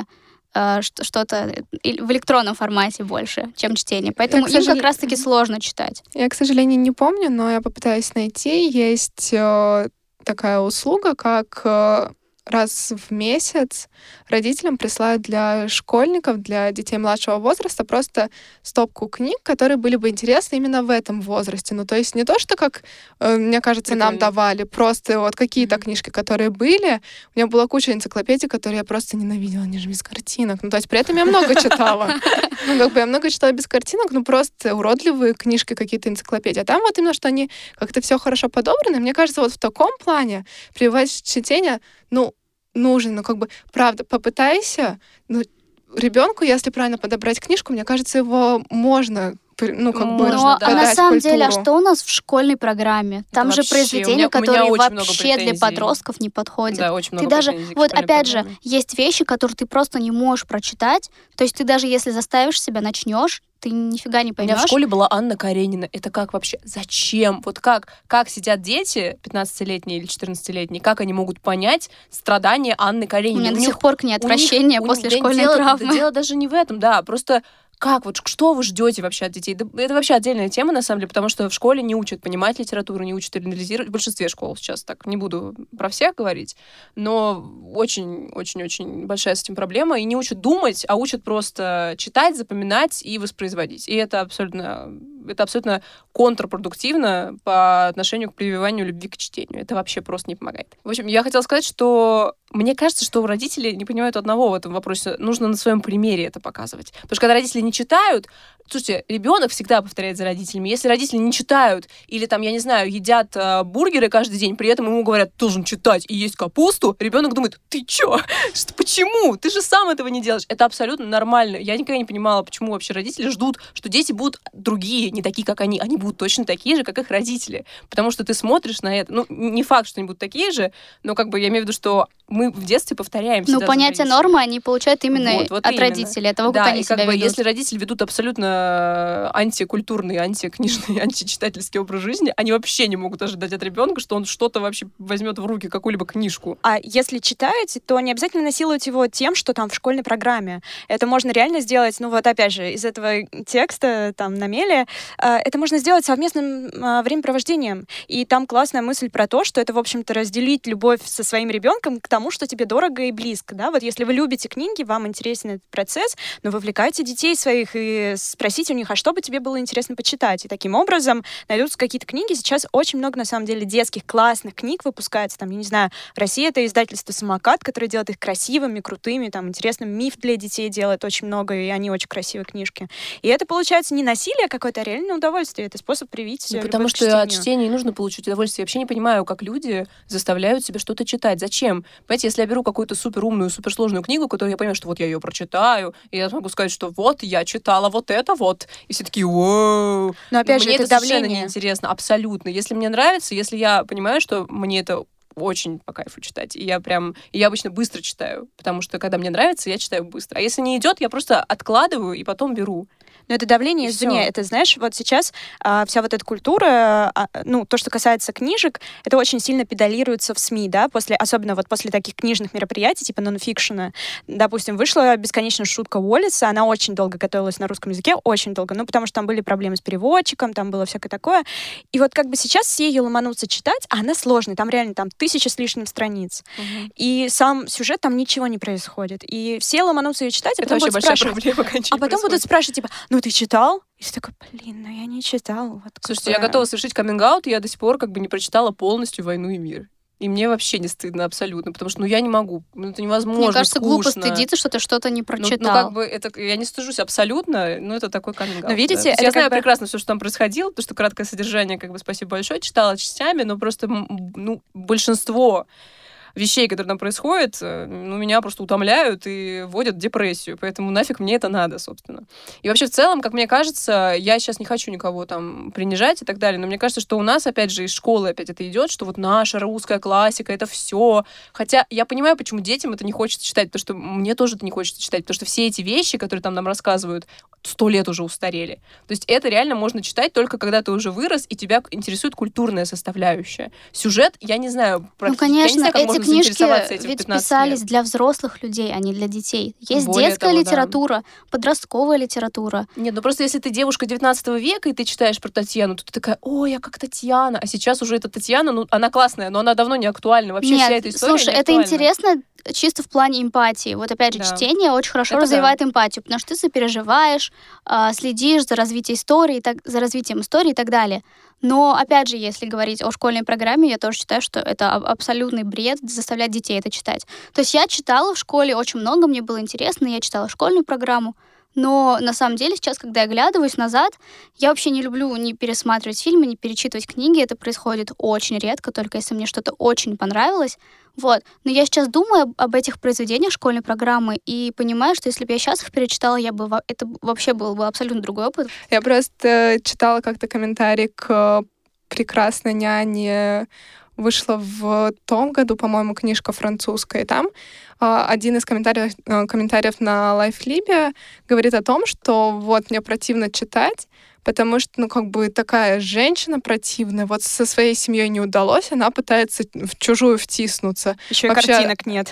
э, что-то в электронном формате больше, чем чтение. Поэтому Я, им сожал... как раз-таки сложно читать. Я, к сожалению, не помню, но я попытаюсь найти. Есть э, такая услуга, как э, раз в месяц родителям присылают для школьников, для детей младшего возраста просто стопку книг, которые были бы интересны именно в этом возрасте. Ну, то есть не то, что, как, э, мне кажется, Прикольно. нам давали, просто вот какие-то mm-hmm. книжки, которые были. У меня была куча энциклопедий, которые я просто ненавидела, они же без картинок. Ну, то есть при этом я много читала. Ну, как бы я много читала без картинок, ну, просто уродливые книжки, какие-то энциклопедии. А там вот именно, что они как-то все хорошо подобраны. Мне кажется, вот в таком плане прививать чтение, ну, нужен, ну, как бы, правда, попытайся, ну, ребенку, если правильно подобрать книжку, мне кажется, его можно, ну, как бы, Но, подать а на самом культуру. деле, а что у нас в школьной программе? Там Это же вообще, произведения, у меня- у меня которые очень много вообще для претензий. подростков не подходят. Да, очень Ты много даже, претензий к вот школьной опять же, программе. есть вещи, которые ты просто не можешь прочитать. То есть ты даже если заставишь себя, начнешь, ты нифига не У меня в поймешь. школе была Анна Каренина. Это как вообще? Зачем? Вот как? Как сидят дети, пятнадцатилетние или четырнадцатилетние, как они могут понять страдания Анны У Карениной? меня У до них- сих пор к ней у них- отвращение у них- после да школьной дело, травмы. да дело даже не в этом, да, просто как, вот что вы ждете вообще от детей? Да, это вообще отдельная тема, на самом деле, потому что в школе не учат понимать литературу, не учат анализировать. В большинстве школ сейчас так, не буду про всех говорить, но очень-очень-очень большая с этим проблема. И не учат думать, а учат просто читать, запоминать и воспроизводить. И это абсолютно, это абсолютно контрпродуктивно по отношению к прививанию любви к чтению. Это вообще просто не помогает. В общем, я хотела сказать, что мне кажется, что родители не понимают одного в этом вопросе. Нужно на своем примере это показывать. Потому что когда родители не читают, слушайте, ребенок всегда повторяет за родителями. Если родители не читают или там, я не знаю, едят э, бургеры каждый день, при этом ему говорят, ты должен читать и есть капусту, ребенок думает, ты чё? Что, почему? Ты же сам этого не делаешь. Это абсолютно нормально. Я никогда не понимала, почему вообще родители ждут, что дети будут другие, не такие, как они. Они будут точно такие же, как их родители. Потому что ты смотришь на это. Ну, не факт, что они будут такие же, но как бы я имею в виду, что мы в детстве повторяем всегда Ну, за понятие родителями. нормы они получают именно Вот, вот от именно. родителей, от того, Да, как они и как себя бы, ведут. если родители ведут абсолютно антикультурный, антикнижный, античитательский образ жизни, они вообще не могут ожидать от ребенка, что он что-то вообще возьмет в руки, какую-либо книжку. А если читаете, то не обязательно насиловать его тем, что там в школьной программе. Это можно реально сделать, ну вот опять же, из этого текста там на меле, э, это можно сделать совместным э, времяпровождением. И там классная мысль про то, что это, в общем-то, разделить любовь со своим ребенком к тому, что тебе дорого и близко. Да? Вот если вы любите книги, вам интересен этот процесс, но вовлекайте детей своих и спросите у них, а что бы тебе было интересно почитать? И таким образом найдутся какие-то книги. Сейчас очень много, на самом деле, детских классных книг выпускается. Там, я не знаю, в России это издательство «Самокат», которое делает их красивыми, крутыми, там, интересным. «Миф» для детей делает очень много, и они очень красивые книжки. И это, получается, не насилие какое-то, а реальное удовольствие. Это способ привить Ну, любовь потому к что чтению. от чтения и нужно получить удовольствие. Я вообще не понимаю, как люди заставляют себя что-то читать. Зачем? Понимаете, если я беру какую-то суперумную, суперсложную книгу, которую я понимаю, что вот я ее прочитаю, и я могу сказать, что вот, я читала вот это вот. И все такие, вау. Но опять Но же, мне это это совершенно давление. неинтересно, абсолютно. Если мне нравится, если я понимаю, что мне это очень по кайфу читать. И я прям... И я обычно быстро читаю, потому что, когда мне нравится, я читаю быстро. А если не идет, я просто откладываю и потом беру. Но это давление И извне. всё. Это, знаешь, вот сейчас а, вся вот эта культура, а, ну, то, что касается книжек, это очень сильно педалируется в СМИ, да, после, особенно вот после таких книжных мероприятий, типа нонфикшена. Допустим, вышла бесконечная шутка Уоллеса, она очень долго готовилась на русском языке, очень долго, ну, потому что там были проблемы с переводчиком, там было всякое такое. И вот как бы сейчас все ее ломанутся читать, а она сложная, там реально там тысяча с лишним страниц. Угу. И сам сюжет, там ничего не происходит. И все ломанутся ее читать, а Это потом вообще будут большая спрашивать, проблема, конечно, а потом будут спрашивать, типа, ну ты читал? И ты такой, блин, ну я не читал. Вот Слушайте, как я бы. готова совершить каминг-аут, я до сих пор как бы не прочитала полностью «Войну и мир». И мне вообще не стыдно абсолютно, потому что, ну, я не могу. Ну, это невозможно, Мне кажется, глупо скучно. стыдиться, что ты что-то не Ну, прочитал. ну, как бы, это, я не стыжусь абсолютно, но это такой каминг-аут. Но видите, да. это Я как знаю бы- прекрасно все, что там происходило, потому что краткое содержание, как бы, спасибо большое, читала частями, но просто, м, ну, большинство вещей, которые там происходят, э, ну, меня просто утомляют и вводят в депрессию, поэтому нафиг мне это надо, собственно. И вообще, в целом, как мне кажется, я сейчас не хочу никого там принижать и так далее, но мне кажется, что у нас, опять же, из школы опять это идет, что вот наша русская классика, это все. Хотя я понимаю, почему детям это не хочется читать, потому что мне тоже это не хочется читать, потому что все эти вещи, которые там нам рассказывают, сто лет уже устарели. То есть это реально можно читать только когда ты уже вырос, и тебя интересует культурная составляющая. Сюжет, я не знаю, Ну, практически- я не конечно, знаю, как эти можно книжки заинтересоваться этим в ведь пятнадцать писались лет. для взрослых людей, а не для детей. Есть Более детская того, да. литература, подростковая литература. Нет, ну просто если ты девушка девятнадцатого века, и ты читаешь про Татьяну, то ты такая, ой, я как Татьяна. А сейчас уже эта Татьяна, ну, она классная, но она давно не актуальна. Вообще Нет, вся эта история слушай, не это актуальна. интересно чисто в плане эмпатии. Вот опять же, Да. чтение очень хорошо Это развивает эмпатию, потому что ты сопереживаешь, а, следишь за развитием истории, так, за развитием истории и так далее. Но, опять же, если говорить о школьной программе, я тоже считаю, что это аб- абсолютный бред заставлять детей это читать. То есть я читала в школе очень много, мне было интересно, я читала школьную программу, но на самом деле сейчас, когда я оглядываюсь назад, я вообще не люблю ни пересматривать фильмы, ни перечитывать книги. Это происходит очень редко, только если мне что-то очень понравилось. Вот. Но я сейчас думаю об, об этих произведениях школьной программы и понимаю, что если бы я сейчас их перечитала, я бы во- это вообще был бы абсолютно другой опыт. Я просто читала как-то комментарий к «Прекрасной няне». Вышла в том году, по-моему, книжка французская. И там э, один из комментариев, э, комментариев на Лайфлибе говорит о том, что вот мне противно читать, потому что, ну, как бы такая женщина противная, вот со своей семьей не удалось, она пытается в чужую втиснуться. Еще и Вообще- картинок нет.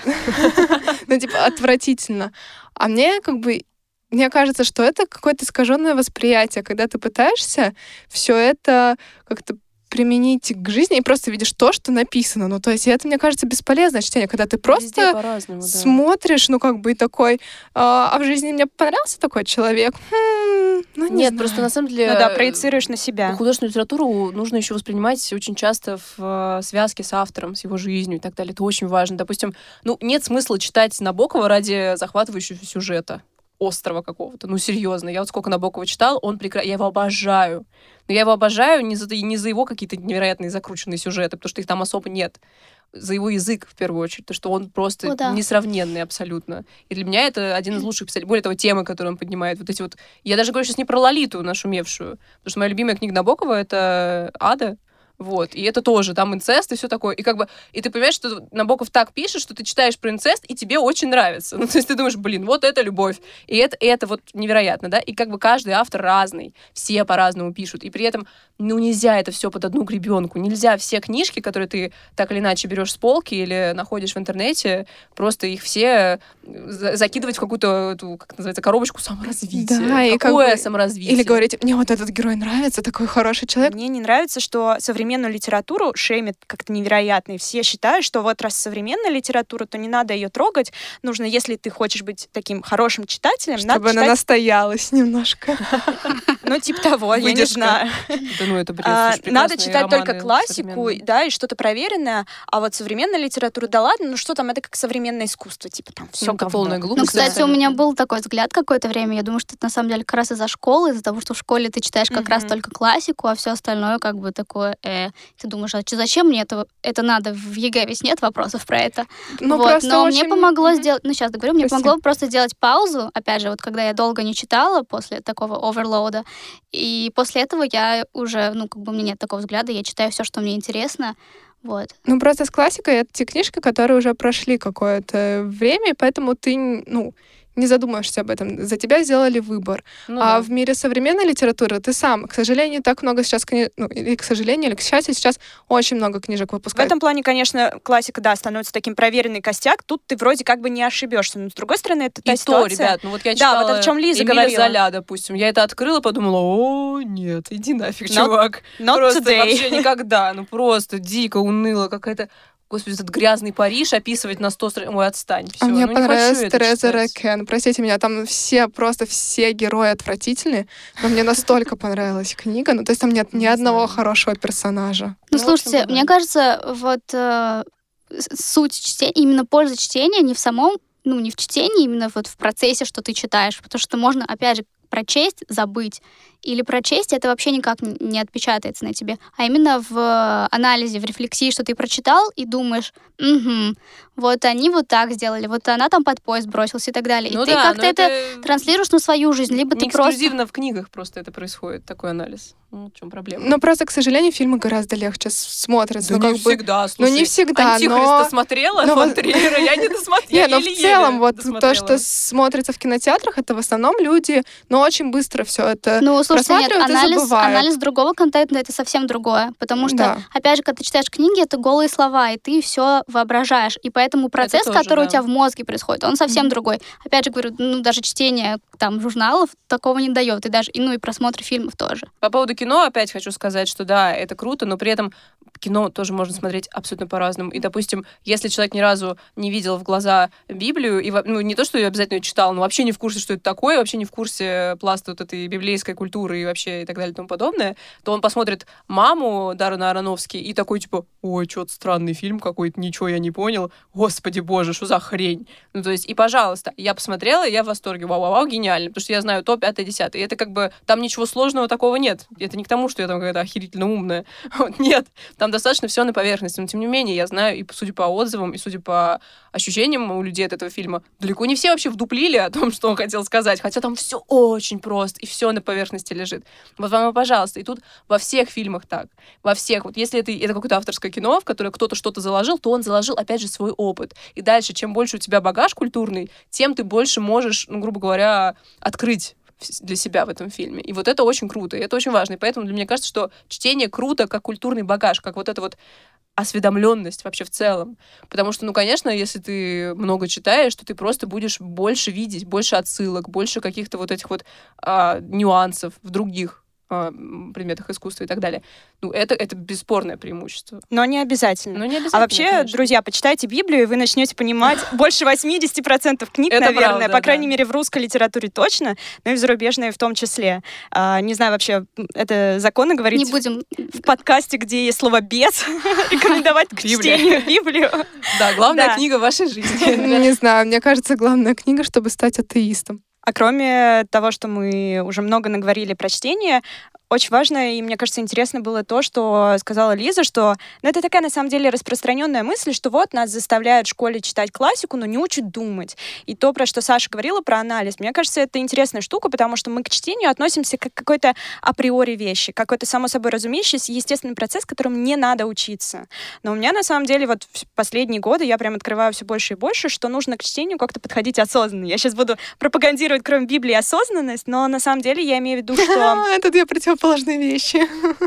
Ну, типа, отвратительно. А мне как бы мне кажется, что это какое-то искаженное восприятие, когда ты пытаешься все это как-то применить к жизни и просто видишь то, что написано. Ну, то есть это, мне кажется, бесполезное чтение, когда ты Везде просто по-разному, да. смотришь, ну, как бы и такой, а, а в жизни мне понравился такой человек? Хм, ну, не Нет, знаю. просто на самом деле... Ну да, проецируешь на себя. Художественную литературу нужно еще воспринимать очень часто в э, связке с автором, с его жизнью и так далее. Это очень важно. Допустим, ну, нет смысла читать Набокова ради захватывающего сюжета. Острого какого-то. Ну, серьезно. Я вот сколько Набокова читал, он прекрасный. Я его обожаю. Но я его обожаю не за, не за его какие-то невероятные закрученные сюжеты, потому что их там особо нет. За его язык, в первую очередь. Потому что он просто О, да. несравненный абсолютно. И для меня это один из лучших писателей. Более того, темы, которые он поднимает. Вот эти вот... Я даже говорю сейчас не про Лолиту нашумевшую. Потому что моя любимая книга Набокова — это «Ада». Вот, и это тоже, там инцест и все такое. И как бы, и ты понимаешь, что Набоков так пишет, что ты читаешь про инцест, и тебе очень нравится. Ну, то есть ты думаешь, блин, вот это любовь. И это, и это вот невероятно, да? И как бы каждый автор разный, все по-разному пишут. И при этом, ну, нельзя это все под одну гребенку. Нельзя все книжки, которые ты так или иначе берешь с полки или находишь в интернете, просто их все за- закидывать в какую-то, эту, как это называется, коробочку саморазвития. Да, и как Какое бы- саморазвитие? Или говорить, мне вот этот герой нравится, такой хороший человек. Мне не нравится, что современную литературу шеймят как-то невероятно. И все считают, что вот раз современная литература, то не надо ее трогать. Нужно, если ты хочешь быть таким хорошим читателем, Чтобы надо она читать... настоялась немножко. Ну, типа того, я не Выдержка. знаю. Да ну, это бред. А, Слушай, надо прекрасные читать только романы классику, современные. да, и что-то проверенное. А вот современная литература, да ладно, ну что там, это как современное искусство, типа там все Ну, это полная глупость. Ну, кстати, у абсолютно. меня был такой взгляд какое-то время. Я думаю, что это на самом деле как раз из-за школы, из-за того, что в школе ты читаешь как раз Мгм. только классику, а все остальное как бы такое, э, ты думаешь, а чё- зачем мне это, это надо? В ЕГЭ ведь нет вопросов про это. Ну, Вот, просто но очень- мне помогло Мгм. сделать, ну сейчас договорю, мне Прости. помогло просто сделать паузу, опять же, вот когда я долго не читала после такого оверлоуда, и после этого я уже, ну как бы у меня нет такого взгляда, я читаю все, что мне интересно, вот. Ну, просто с классикой это те книжки, которые уже прошли какое-то время, и поэтому ты, ну, не задумаешься об этом. За тебя сделали выбор. Ну а да. в мире современной литературы ты сам, к сожалению, так много сейчас книг, ну, или к сожалению, или к счастью, сейчас очень много книжек В выпускают. этом плане, конечно, классика, да, становится таким проверенный костяк. Тут ты вроде как бы не ошибешься. Но с другой стороны, это та И то, ситуация. ребят, ну вот я Да, читала вот о чем Лиза Эмиля говорила. Золя, допустим. Я это открыла, подумала, о, нет, иди нафиг, Not- чувак. Not Просто today. вообще никогда. Ну просто дико уныло, какая-то... Господи, этот грязный Париж описывать на сто страниц. Ой, отстань. Все, А мне ну, понравилась не хочу это Тереза читать. Рекен. Простите меня, там все, просто все герои отвратительные, но мне настолько понравилась книга. Ну, то есть там нет ни Не одного знаю. хорошего персонажа. Ну, Ну, в слушайте, общем, мне да. кажется, вот э, с- суть чтения, именно польза чтения не в самом, ну, не в чтении, именно вот в процессе, что ты читаешь, потому что можно, опять же, прочесть, забыть, или прочесть, это вообще никак н- не отпечатается на тебе, а именно в анализе, в рефлексии, что ты прочитал и думаешь, угу, вот они вот так сделали, вот она там под поезд бросилась и так далее. Ну и ты да, как-то но это транслируешь на свою жизнь, либо не ты просто... эксклюзивно в книгах просто это происходит, такой анализ. Ну, в чем проблема? Но просто, к сожалению, фильмы гораздо легче с- смотрятся. Да ну, не как бы- всегда, ну, слушай. не всегда, Антихриста но... смотрела, но фон вот- Триера, я не досмотрела. Не, но в целом вот то, что смотрится в кинотеатрах, это в основном люди, ну, но очень быстро все это Ну, слушайте, нет, просматривают и анализ, забывают. анализ другого контента — это совсем другое. Потому что, Да. опять же, когда ты читаешь книги, это голые слова, и ты все воображаешь. И поэтому процесс, тоже, который да. у тебя в мозге происходит, он совсем Мгм. другой. Опять же говорю, ну, даже чтение там журналов такого не дает. И даже, и, ну, и просмотр фильмов тоже. По поводу кино опять хочу сказать, что да, это круто, но при этом кино тоже можно смотреть абсолютно по-разному. И, допустим, если человек ни разу не видел в глаза Библию, и, во- ну, не то, что я обязательно ее читал, но вообще не в курсе, что это такое, вообще не в курсе пласта вот этой библейской культуры и вообще и так далее и тому подобное, то он посмотрит «Маму» Даррена Аронофски и такой, типа, ой, что-то странный фильм какой-то, ничего я не понял, господи боже, что за хрень? Ну, то есть, и, пожалуйста, я посмотрела, и я в восторге, вау-вау-вау, гениально, потому что я знаю то, пятое, десятое. И это как бы, там ничего сложного такого нет. Это не к тому, что я там какая-то охерительно умная. Вот, нет. Там достаточно все на поверхности. Но, тем не менее, я знаю, и судя по отзывам, и судя по ощущениям у людей от этого фильма, далеко не все вообще вдуплили о том, что он хотел сказать. Хотя там все очень просто, и все на поверхности лежит. Вот вам и пожалуйста. И тут во всех фильмах так. Во всех. Вот если это, это какое-то авторское кино, в которое кто-то что-то заложил, то он заложил, опять же, свой опыт. И дальше, чем больше у тебя багаж культурный, тем ты больше можешь, ну, грубо говоря, открыть для себя в этом фильме. И вот это очень круто, и это очень важно. И поэтому для меня кажется, что чтение круто как культурный багаж, как вот эта вот осведомленность вообще в целом. Потому что, ну, конечно, если ты много читаешь, то ты просто будешь больше видеть, больше отсылок, больше каких-то вот этих вот а, нюансов в других а, предметах искусства и так далее. Ну, это, это бесспорное преимущество. Но не обязательно. Но не обязательно, А вообще, конечно. друзья, почитайте Библию, и вы начнете понимать больше восемьдесят процентов книг, Это наверное, правда, по крайней да. мере, в русской литературе точно, но и в зарубежной в том числе. А, не знаю, вообще, это законно говорить Не будем... в подкасте, где есть слово «бес», рекомендовать к Библия. чтению Библию. Да, главная Да. книга в вашей жизни. Не знаю, мне кажется, главная книга, чтобы стать атеистом. А кроме того, что мы уже много наговорили про чтение, очень важно, и мне кажется, интересно было то, что сказала Лиза, что ну, это такая, на самом деле, распространенная мысль, что вот нас заставляют в школе читать классику, но не учат думать. И то, про что Саша говорила, про анализ, мне кажется, это интересная штука, потому что мы к чтению относимся как к какой-то априори вещи, какой-то само собой разумеющийся естественный процесс, которым не надо учиться. Но у меня, на самом деле, вот в последние годы я прям открываю все больше и больше, что нужно к чтению как-то подходить осознанно. Я сейчас буду пропагандировать, кроме Библии, осознанность, но на самом деле я имею в виду, что... Это две противоположные вещи.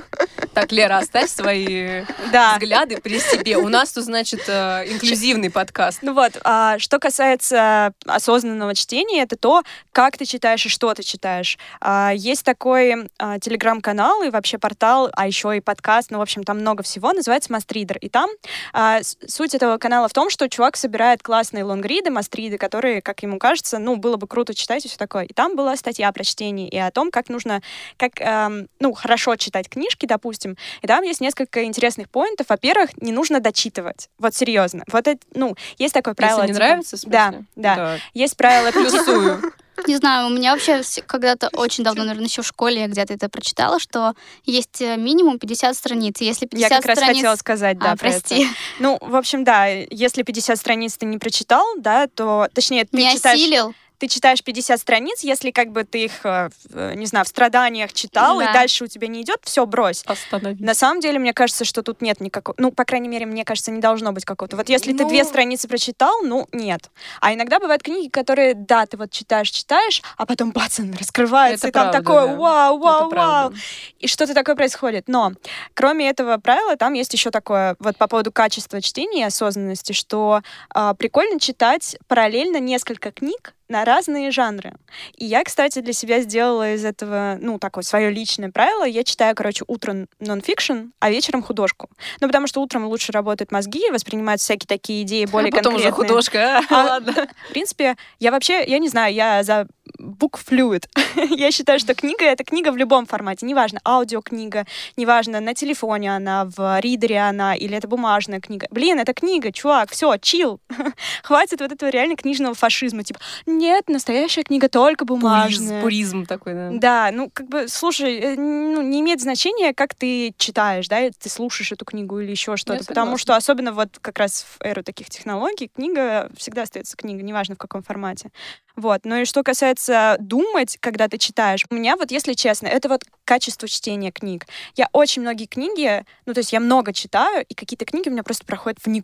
Так, Лера, оставь свои Да. взгляды при себе. У нас тут, значит, э, инклюзивный подкаст. Ну вот, а, что касается осознанного чтения, это то, как ты читаешь и что ты читаешь. А, есть такой а, телеграм-канал и вообще портал, а еще и подкаст, ну, в общем, там много всего, называется Мастридер. И там а, с- суть этого канала в том, что чувак собирает классные лонгриды, мастриды, которые, как ему кажется, ну, было бы круто читать и все такое. И там была статья про чтение и о том, как нужно, как, эм, ну, хорошо читать книжки, допустим. И там есть несколько интересных поинтов. Во-первых, не нужно дочитывать. Вот серьезно. Вот это, ну, есть такое правило. Если не типа- нравится, в Да, смысле? да. Так. Есть правило Плюсую. Не знаю, у меня вообще вс- когда-то очень давно, наверное, еще в школе я где-то это прочитала, что есть э, минимум пятьдесят страниц. И если Я пятьдесят как раз страниц... хотела сказать, да, А, про прости. это. Ну, в общем, да, если пятьдесят страниц ты не прочитал, да, то, точнее, ты Не читаешь... осилил. Ты читаешь пятьдесят страниц, если как бы ты их, э, в, э, не знаю, в страданиях читал, Да. и дальше у тебя не идет, все, брось. Остановись. На самом деле, мне кажется, что тут нет никакого... Ну, по крайней мере, мне кажется, не должно быть какого-то... Вот если ты Ну. две страницы прочитал, ну, нет. А иногда бывают книги, которые, да, ты вот читаешь, читаешь, а потом, бацан, раскрывается, Это и там правда, такое да. вау, Это вау, вау. правда. И что-то такое происходит. Но, кроме этого правила, там есть еще такое, вот по поводу качества чтения и осознанности, что а, прикольно читать параллельно несколько книг на разные жанры. И я, кстати, для себя сделала из этого, ну, такое свое личное правило. Я читаю, короче, утром нон-фикшн, а вечером художку. Ну, потому что утром лучше работают мозги, воспринимаются всякие такие идеи более А потом уже конкретные. художка. а? А, Ладно. В принципе, я вообще, я не знаю, я за book fluid. Я считаю, что книга — это книга в любом формате. Неважно, аудиокнига, неважно, на телефоне она, в ридере она, или это бумажная книга. Блин, это книга, чувак, все, чил. Хватит вот этого реально книжного фашизма. Типа, нет, настоящая книга только бумажная. Пуризм, пуризм такой, да. Да, ну, как бы, слушай, э, ну, не имеет значения, как ты читаешь, да, ты слушаешь эту книгу или еще что-то, потому согласна. что особенно вот как раз в эру таких технологий книга всегда остается книгой, неважно в каком формате. Вот. Ну и что касается думать, когда ты читаешь, у меня вот, если честно, это вот качество чтения книг. Я очень многие книги, ну, то есть я много читаю, и какие-то книги у меня просто проходят в никуда.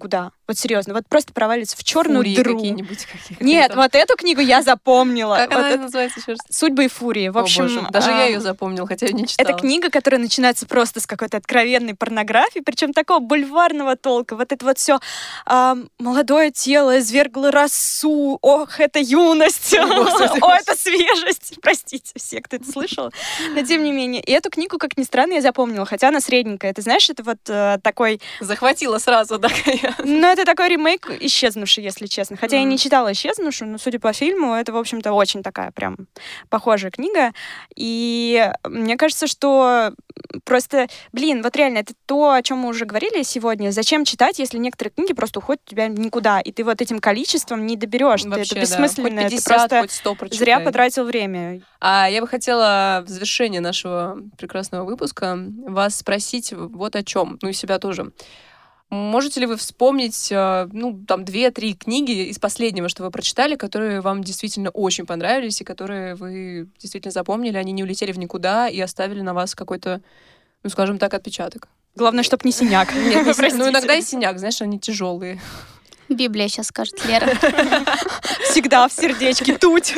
Вот серьезно, вот просто провалится в черную Фурии дыру. какие-нибудь. Какие Нет, вот эту книгу я запомнила. Как Вот она это- называется еще раз? «Судьбы и фурии». В О, общем, боже, даже а, я ее запомнила, хотя я не читала. это книга, которая начинается просто с какой-то откровенной порнографии, причем такого бульварного толка. Вот это вот все молодое тело извергло росу. Ох, это юность. Господи. О, это свежесть. Простите все, кто это слышал. Но тем не менее. И эту книгу, как ни странно, я запомнила, хотя она средненькая. Ты знаешь, это вот э, такой... Захватила сразу, да. Ну, это такой ремейк «Исчезнувший», если честно. Хотя я Мгм. не читала «Исчезнувшую», но, судя по фильму, это, в общем-то, очень такая прям похожая книга. И мне кажется, что просто, блин, вот реально, это то, о чем мы уже говорили сегодня. Зачем читать, если некоторые книги просто уходят у тебя никуда, и ты вот этим количеством не доберешь. Ты- Вообще, это да. бессмысленно. Хоть Ты пятьдесят, просто хоть сто прочитай. зря потратил время. А я бы хотела в завершение нашего прекрасного выпуска вас спросить вот о чем, ну и себя тоже. Можете ли вы вспомнить, э, ну, там, две-три книги из последнего, что вы прочитали, которые вам действительно очень понравились и которые вы действительно запомнили, они не улетели в никуда и оставили на вас какой-то, ну, скажем так, отпечаток? Главное, чтоб не синяк. Нет, не синяк. Ну, Простите. иногда и синяк, знаешь, они тяжелые. Библия сейчас скажет Лера. Всегда в сердечке туть.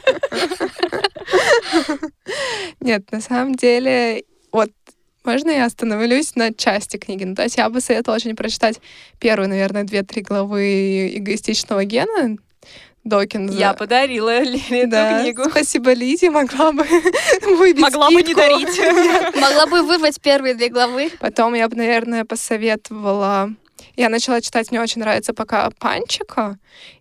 Нет, на самом деле, вот можно я остановлюсь на части книги? Ну, то есть я бы советовала очень прочитать первые, наверное, две-три главы «Эгоистичного гена» Докинза. Я подарила Лере эту Да, книгу. спасибо Лизе, могла бы выбить Могла бы не скидку. дарить. Могла бы выбрать первые две главы. Потом я бы, наверное, посоветовала... Я начала читать, мне очень нравится пока «Панчика»,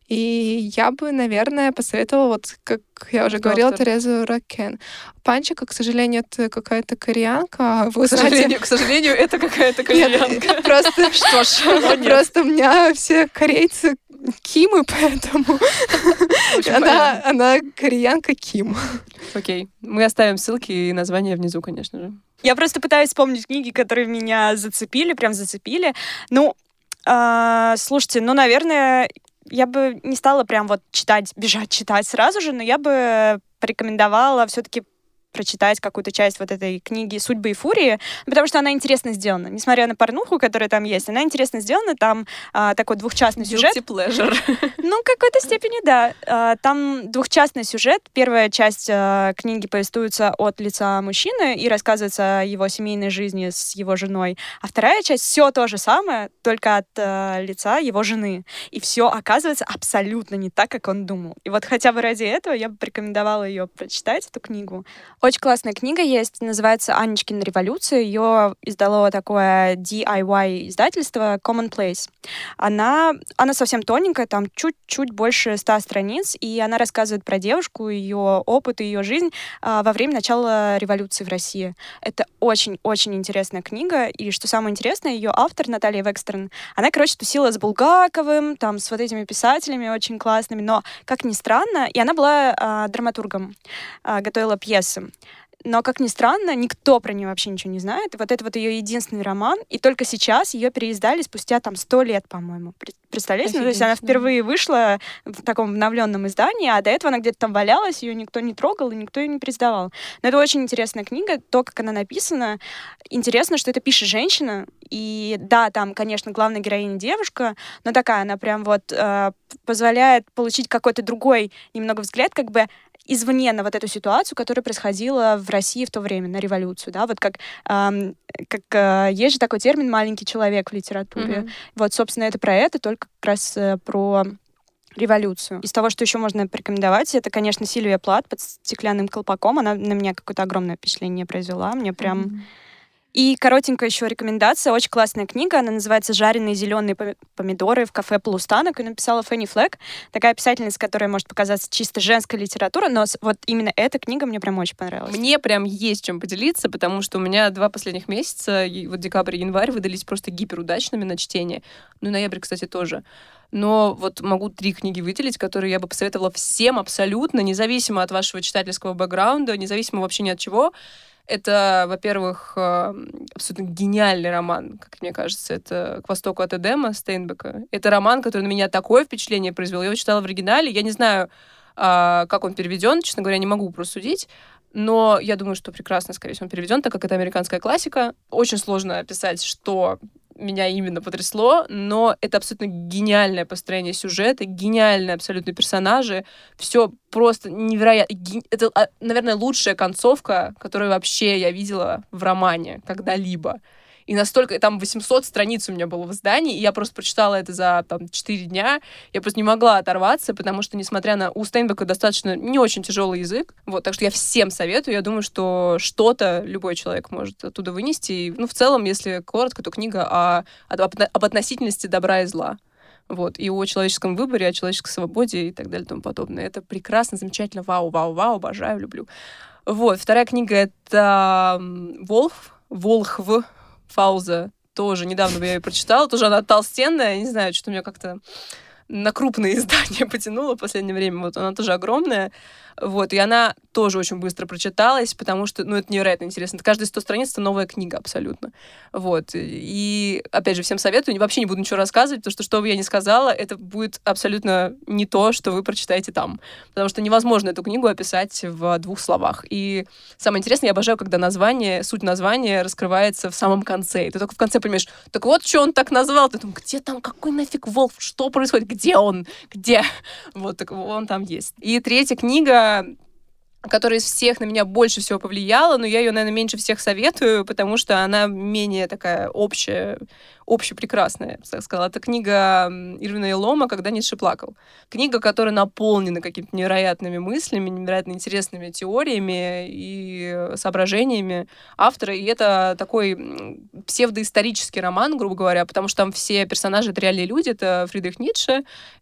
и я бы, наверное, посоветовала, вот как я уже Кто говорила, автор? Терезу Ракен. «Панчика», к сожалению, это какая-то кореянка. а Вы К сожалению, к сожалению, это какая-то кореянка. Нет, просто... Что ж, Просто у меня все корейцы Кимы, поэтому Очень она, она кореянка Ким. Окей. Мы оставим ссылки и название внизу, конечно же. я просто пытаюсь вспомнить книги, которые меня зацепили, прям зацепили. Ну, а, слушайте, ну, наверное, я бы не стала прям вот читать, бежать читать сразу же, но я бы порекомендовала все-таки прочитать какую-то часть вот этой книги «Судьбы и фурии», потому что она интересно сделана. Несмотря на порнуху, которая там есть, она интересно сделана. Там а, такой двухчастный сюжет. Guilty pleasure. Ну, в какой-то степени, да. А, Там двухчастный сюжет. Первая часть а, книги повествуется от лица мужчины и рассказывается о его семейной жизни с его женой. А вторая часть все то же самое, только от а, лица его жены. И все оказывается абсолютно не так, как он думал. И вот хотя бы ради этого я бы порекомендовала ее прочитать, эту книгу. Очень классная книга есть, называется «Анечкина революция». Ее издало такое ди ай вай издательство Commonplace. Она, она совсем тоненькая, там чуть-чуть больше ста страниц, и она рассказывает про девушку, ее опыт и ее жизнь а, во время начала революции в России. Это очень-очень интересная книга, и что самое интересное, ее автор Наталья Векстерн, она, короче, тусила с Булгаковым, там, с вот этими писателями очень классными, но, как ни странно, и она была а, драматургом, а, готовила пьесы. Но, как ни странно, никто про нее вообще ничего не знает. И вот это вот ее единственный роман. И только сейчас ее переиздали спустя там сто лет, по-моему. Пр- Представляете? Ну, то есть она Офигеть, да. впервые вышла в таком обновленном издании, а до этого она где-то там валялась, ее никто не трогал, и никто ее не переиздавал. Но это очень интересная книга. То, как она написана, интересно, что это пишет женщина. И да, там, конечно, главная героиня девушка, но такая она прям вот э, позволяет получить какой-то другой немного взгляд, как бы извне на вот эту ситуацию, которая происходила в России в то время, на революцию, да, вот как, эм, как э, есть же такой термин «маленький человек» в литературе. Мгм. Вот, собственно, это про это, только как раз э, про революцию. Из того, что еще можно порекомендовать, это, конечно, Сильвия Плат «Под стеклянным колпаком». Она на меня какое-то огромное впечатление произвела. Мне прям... Мгм. И коротенькая еще рекомендация. Очень классная книга. Она называется «Жареные зеленые поми- помидоры в кафе «Полустанок». И написала Фенни Флэк. Такая писательница, которая может показаться чисто женская литература, но с- вот именно эта книга мне прям очень понравилась. Мне прям есть чем поделиться, потому что у меня два последних месяца, и вот декабрь и январь, выдались просто гиперудачными на чтение. Ну и ноябрь, кстати, тоже. Но вот могу три книги выделить, которые я бы посоветовала всем абсолютно, независимо от вашего читательского бэкграунда, независимо вообще ни от чего. Это, во-первых, э, абсолютно гениальный роман, как мне кажется. Это «К востоку от Эдема» Стейнбека. Это роман, который на меня такое впечатление произвел. Я его читала в оригинале. Я не знаю, а, как он переведен, честно говоря, не могу просудить. Но я думаю, что прекрасно, скорее всего, он переведен, так как это американская классика. Очень сложно описать, что меня именно потрясло, но это абсолютно гениальное построение сюжета, гениальные абсолютно персонажи, все просто невероятно. Это, наверное, лучшая концовка, которую вообще я видела в романе когда-либо. И настолько... Там восемьсот страниц у меня было в издании, и я просто прочитала это за там, четыре дня. Я просто не могла оторваться, потому что, несмотря на... У Стейнбека достаточно не очень тяжелый язык. Вот, так что я всем советую. Я думаю, что что-то любой человек может оттуда вынести. И, ну, в целом, если коротко, то книга о, об, об относительности добра и зла. Вот, и о человеческом выборе, о человеческой свободе и так далее и тому подобное. Это прекрасно, замечательно. Вау, вау, вау, обожаю, люблю. Вот, вторая книга — это «Волхв», «Волхв», Фауза, тоже недавно я ее прочитала, тоже она толстенная, не знаю, что-то у меня как-то на крупные издания потянуло в последнее время, вот она тоже огромная, вот, и она тоже очень быстро прочиталась, потому что, ну, это невероятно интересно. Каждые сто страниц — это новая книга абсолютно, вот, и, опять же, всем советую, вообще не буду ничего рассказывать, потому что, что бы я ни сказала, это будет абсолютно не то, что вы прочитаете там, потому что невозможно эту книгу описать в двух словах, и самое интересное, я обожаю, когда название, суть названия раскрывается в самом конце, и ты только в конце понимаешь, так вот, что он так назвал, ты думаешь, где там, какой нафиг волк, что происходит, где он, где, вот, так он там есть. И третья книга, которая из всех на меня больше всего повлияла, но я ее, наверное, меньше всех советую, потому что она менее такая общая, общепрекрасная, я бы так сказала. Это книга Ирвина Ялома «Когда Ницше плакал». Книга, которая наполнена какими-то невероятными мыслями, невероятно интересными теориями и соображениями автора. И это такой псевдоисторический роман, грубо говоря, потому что там все персонажи — это реальные люди. Это Фридрих Ницше,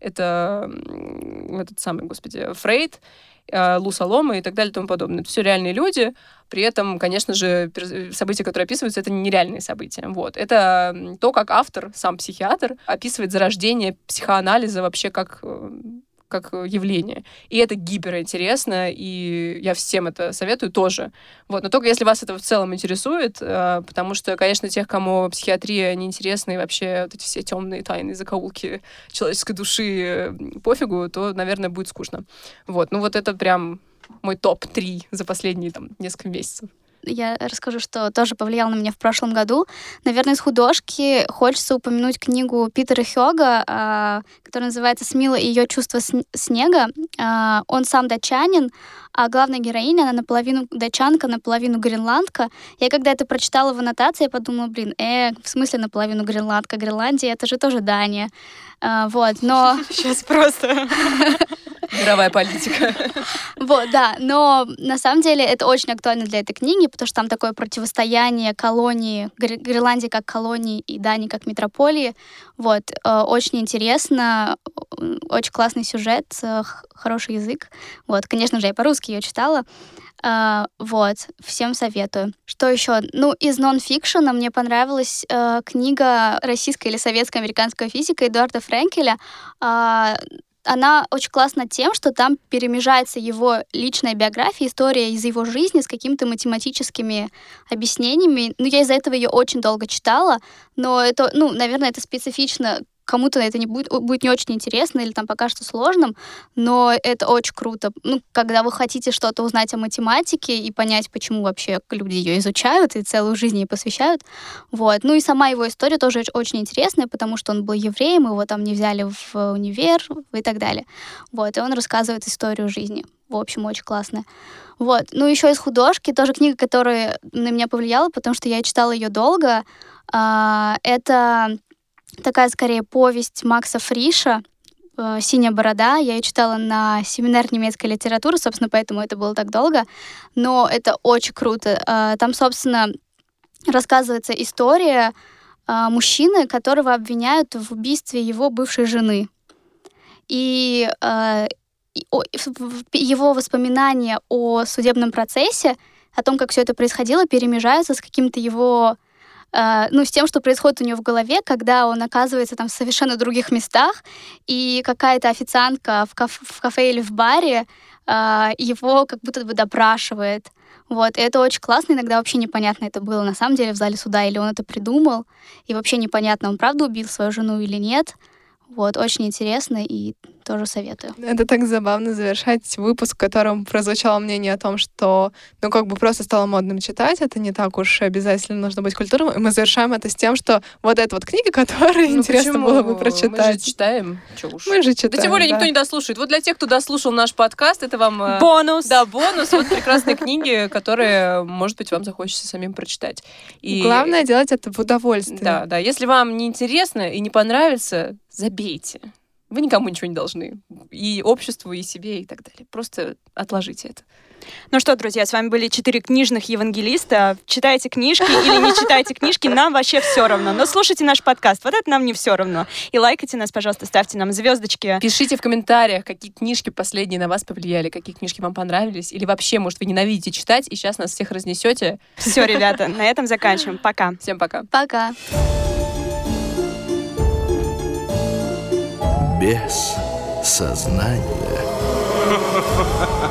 это этот самый, господи, Фрейд, Лу Салома и так далее и тому подобное. Это все реальные люди. При этом, конечно же, события, которые описываются, это нереальные события. Вот. Это то, как автор, сам психиатр, описывает зарождение психоанализа вообще как, как явление. И это гиперинтересно, и я всем это советую тоже. Вот. Но только если вас это в целом интересует, потому что, конечно, тех, кому психиатрия неинтересна и вообще вот эти все темные тайны, закоулки человеческой души пофигу, то, наверное, будет скучно. Вот. Ну вот это прям мой топ три за последние там несколько месяцев. Я расскажу, что тоже повлиял на меня в прошлом году. Наверное, из художки хочется упомянуть книгу Питера Хёга, которая называется «Смила и ее чувство снега». Он сам датчанин, а главная героиня, она наполовину датчанка, наполовину гренландка. Я когда это прочитала в аннотации, я подумала, блин, э, в смысле наполовину гренландка? Гренландия — это же тоже Дания. А, вот, но... Сейчас просто... Мировая политика. Вот, да, но на самом деле это очень актуально для этой книги, потому что там такое противостояние колонии, Гренландии как колонии и Дании как метрополии. Вот, очень интересно, очень классный сюжет, хороший язык. Вот, конечно же, я по-русски ее читала. Uh, вот, всем советую. Что еще? Ну, из нон-фикшена мне понравилась uh, книга российского или советско-американского физика Эдуарда Френкеля. Uh, она очень классна тем, что там перемежается его личная биография, история из его жизни с какими-то математическими объяснениями. Ну, я из-за этого ее очень долго читала, но это, ну, наверное, это специфично. Кому-то это не будет, будет не очень интересно или там покажется сложным, но это очень круто. Ну, когда вы хотите что-то узнать о математике и понять, почему вообще люди ее изучают и целую жизнь ей посвящают. Вот. Ну и сама его история тоже очень интересная, потому что он был евреем, его там не взяли в универ и так далее. Вот. И он рассказывает историю жизни. В общем, очень классная. Вот. Ну, еще из художки, тоже книга, которая на меня повлияла, потому что я читала ее долго. Это такая, скорее, повесть Макса Фриша «Синяя борода». Я ее читала на семинаре немецкой литературы, собственно, поэтому это было так долго. Но это очень круто. Там, собственно, рассказывается история мужчины, которого обвиняют в убийстве его бывшей жены. И его воспоминания о судебном процессе, о том, как все это происходило, перемежаются с каким-то его... ну, с тем, что происходит у него в голове, когда он оказывается там в совершенно других местах, и какая-то официантка в, кафе, в кафе или в баре э, его как будто бы допрашивает. Вот. И это очень классно. Иногда вообще непонятно это было на самом деле в зале суда, или он это придумал, и вообще непонятно, он правда убил свою жену или нет. Вот, очень интересно и тоже советую. Это так забавно завершать выпуск, в котором прозвучало мнение о том, что, ну, как бы просто стало модным читать, это не так уж обязательно нужно быть культурным, и мы завершаем это с тем, что вот это вот книги, которые Ну, интересно почему? было бы прочитать. Мы же читаем. Чё уж. Мы же читаем, Да тем более да. никто не дослушает. Вот для тех, кто дослушал наш подкаст, это вам... э, Бонус! Да, бонус. Вот прекрасные книги, которые, может быть, вам захочется самим прочитать. И... Главное делать это в удовольствие. Да, да. Если вам не интересно и не понравится, забейте. Вы никому ничего не должны. И обществу, и себе, и так далее. Просто отложите это. Ну что, друзья, с вами были четыре книжных евангелиста. Читайте книжки или не читайте книжки, нам вообще все равно. Но слушайте наш подкаст, вот это нам не все равно. И лайкайте нас, пожалуйста, ставьте нам звездочки. Пишите в комментариях, какие книжки последние на вас повлияли, какие книжки вам понравились. Или вообще, может, вы ненавидите читать, и сейчас нас всех разнесете. Все, ребята, на этом заканчиваем. Пока. Всем пока. Пока. Без сознания.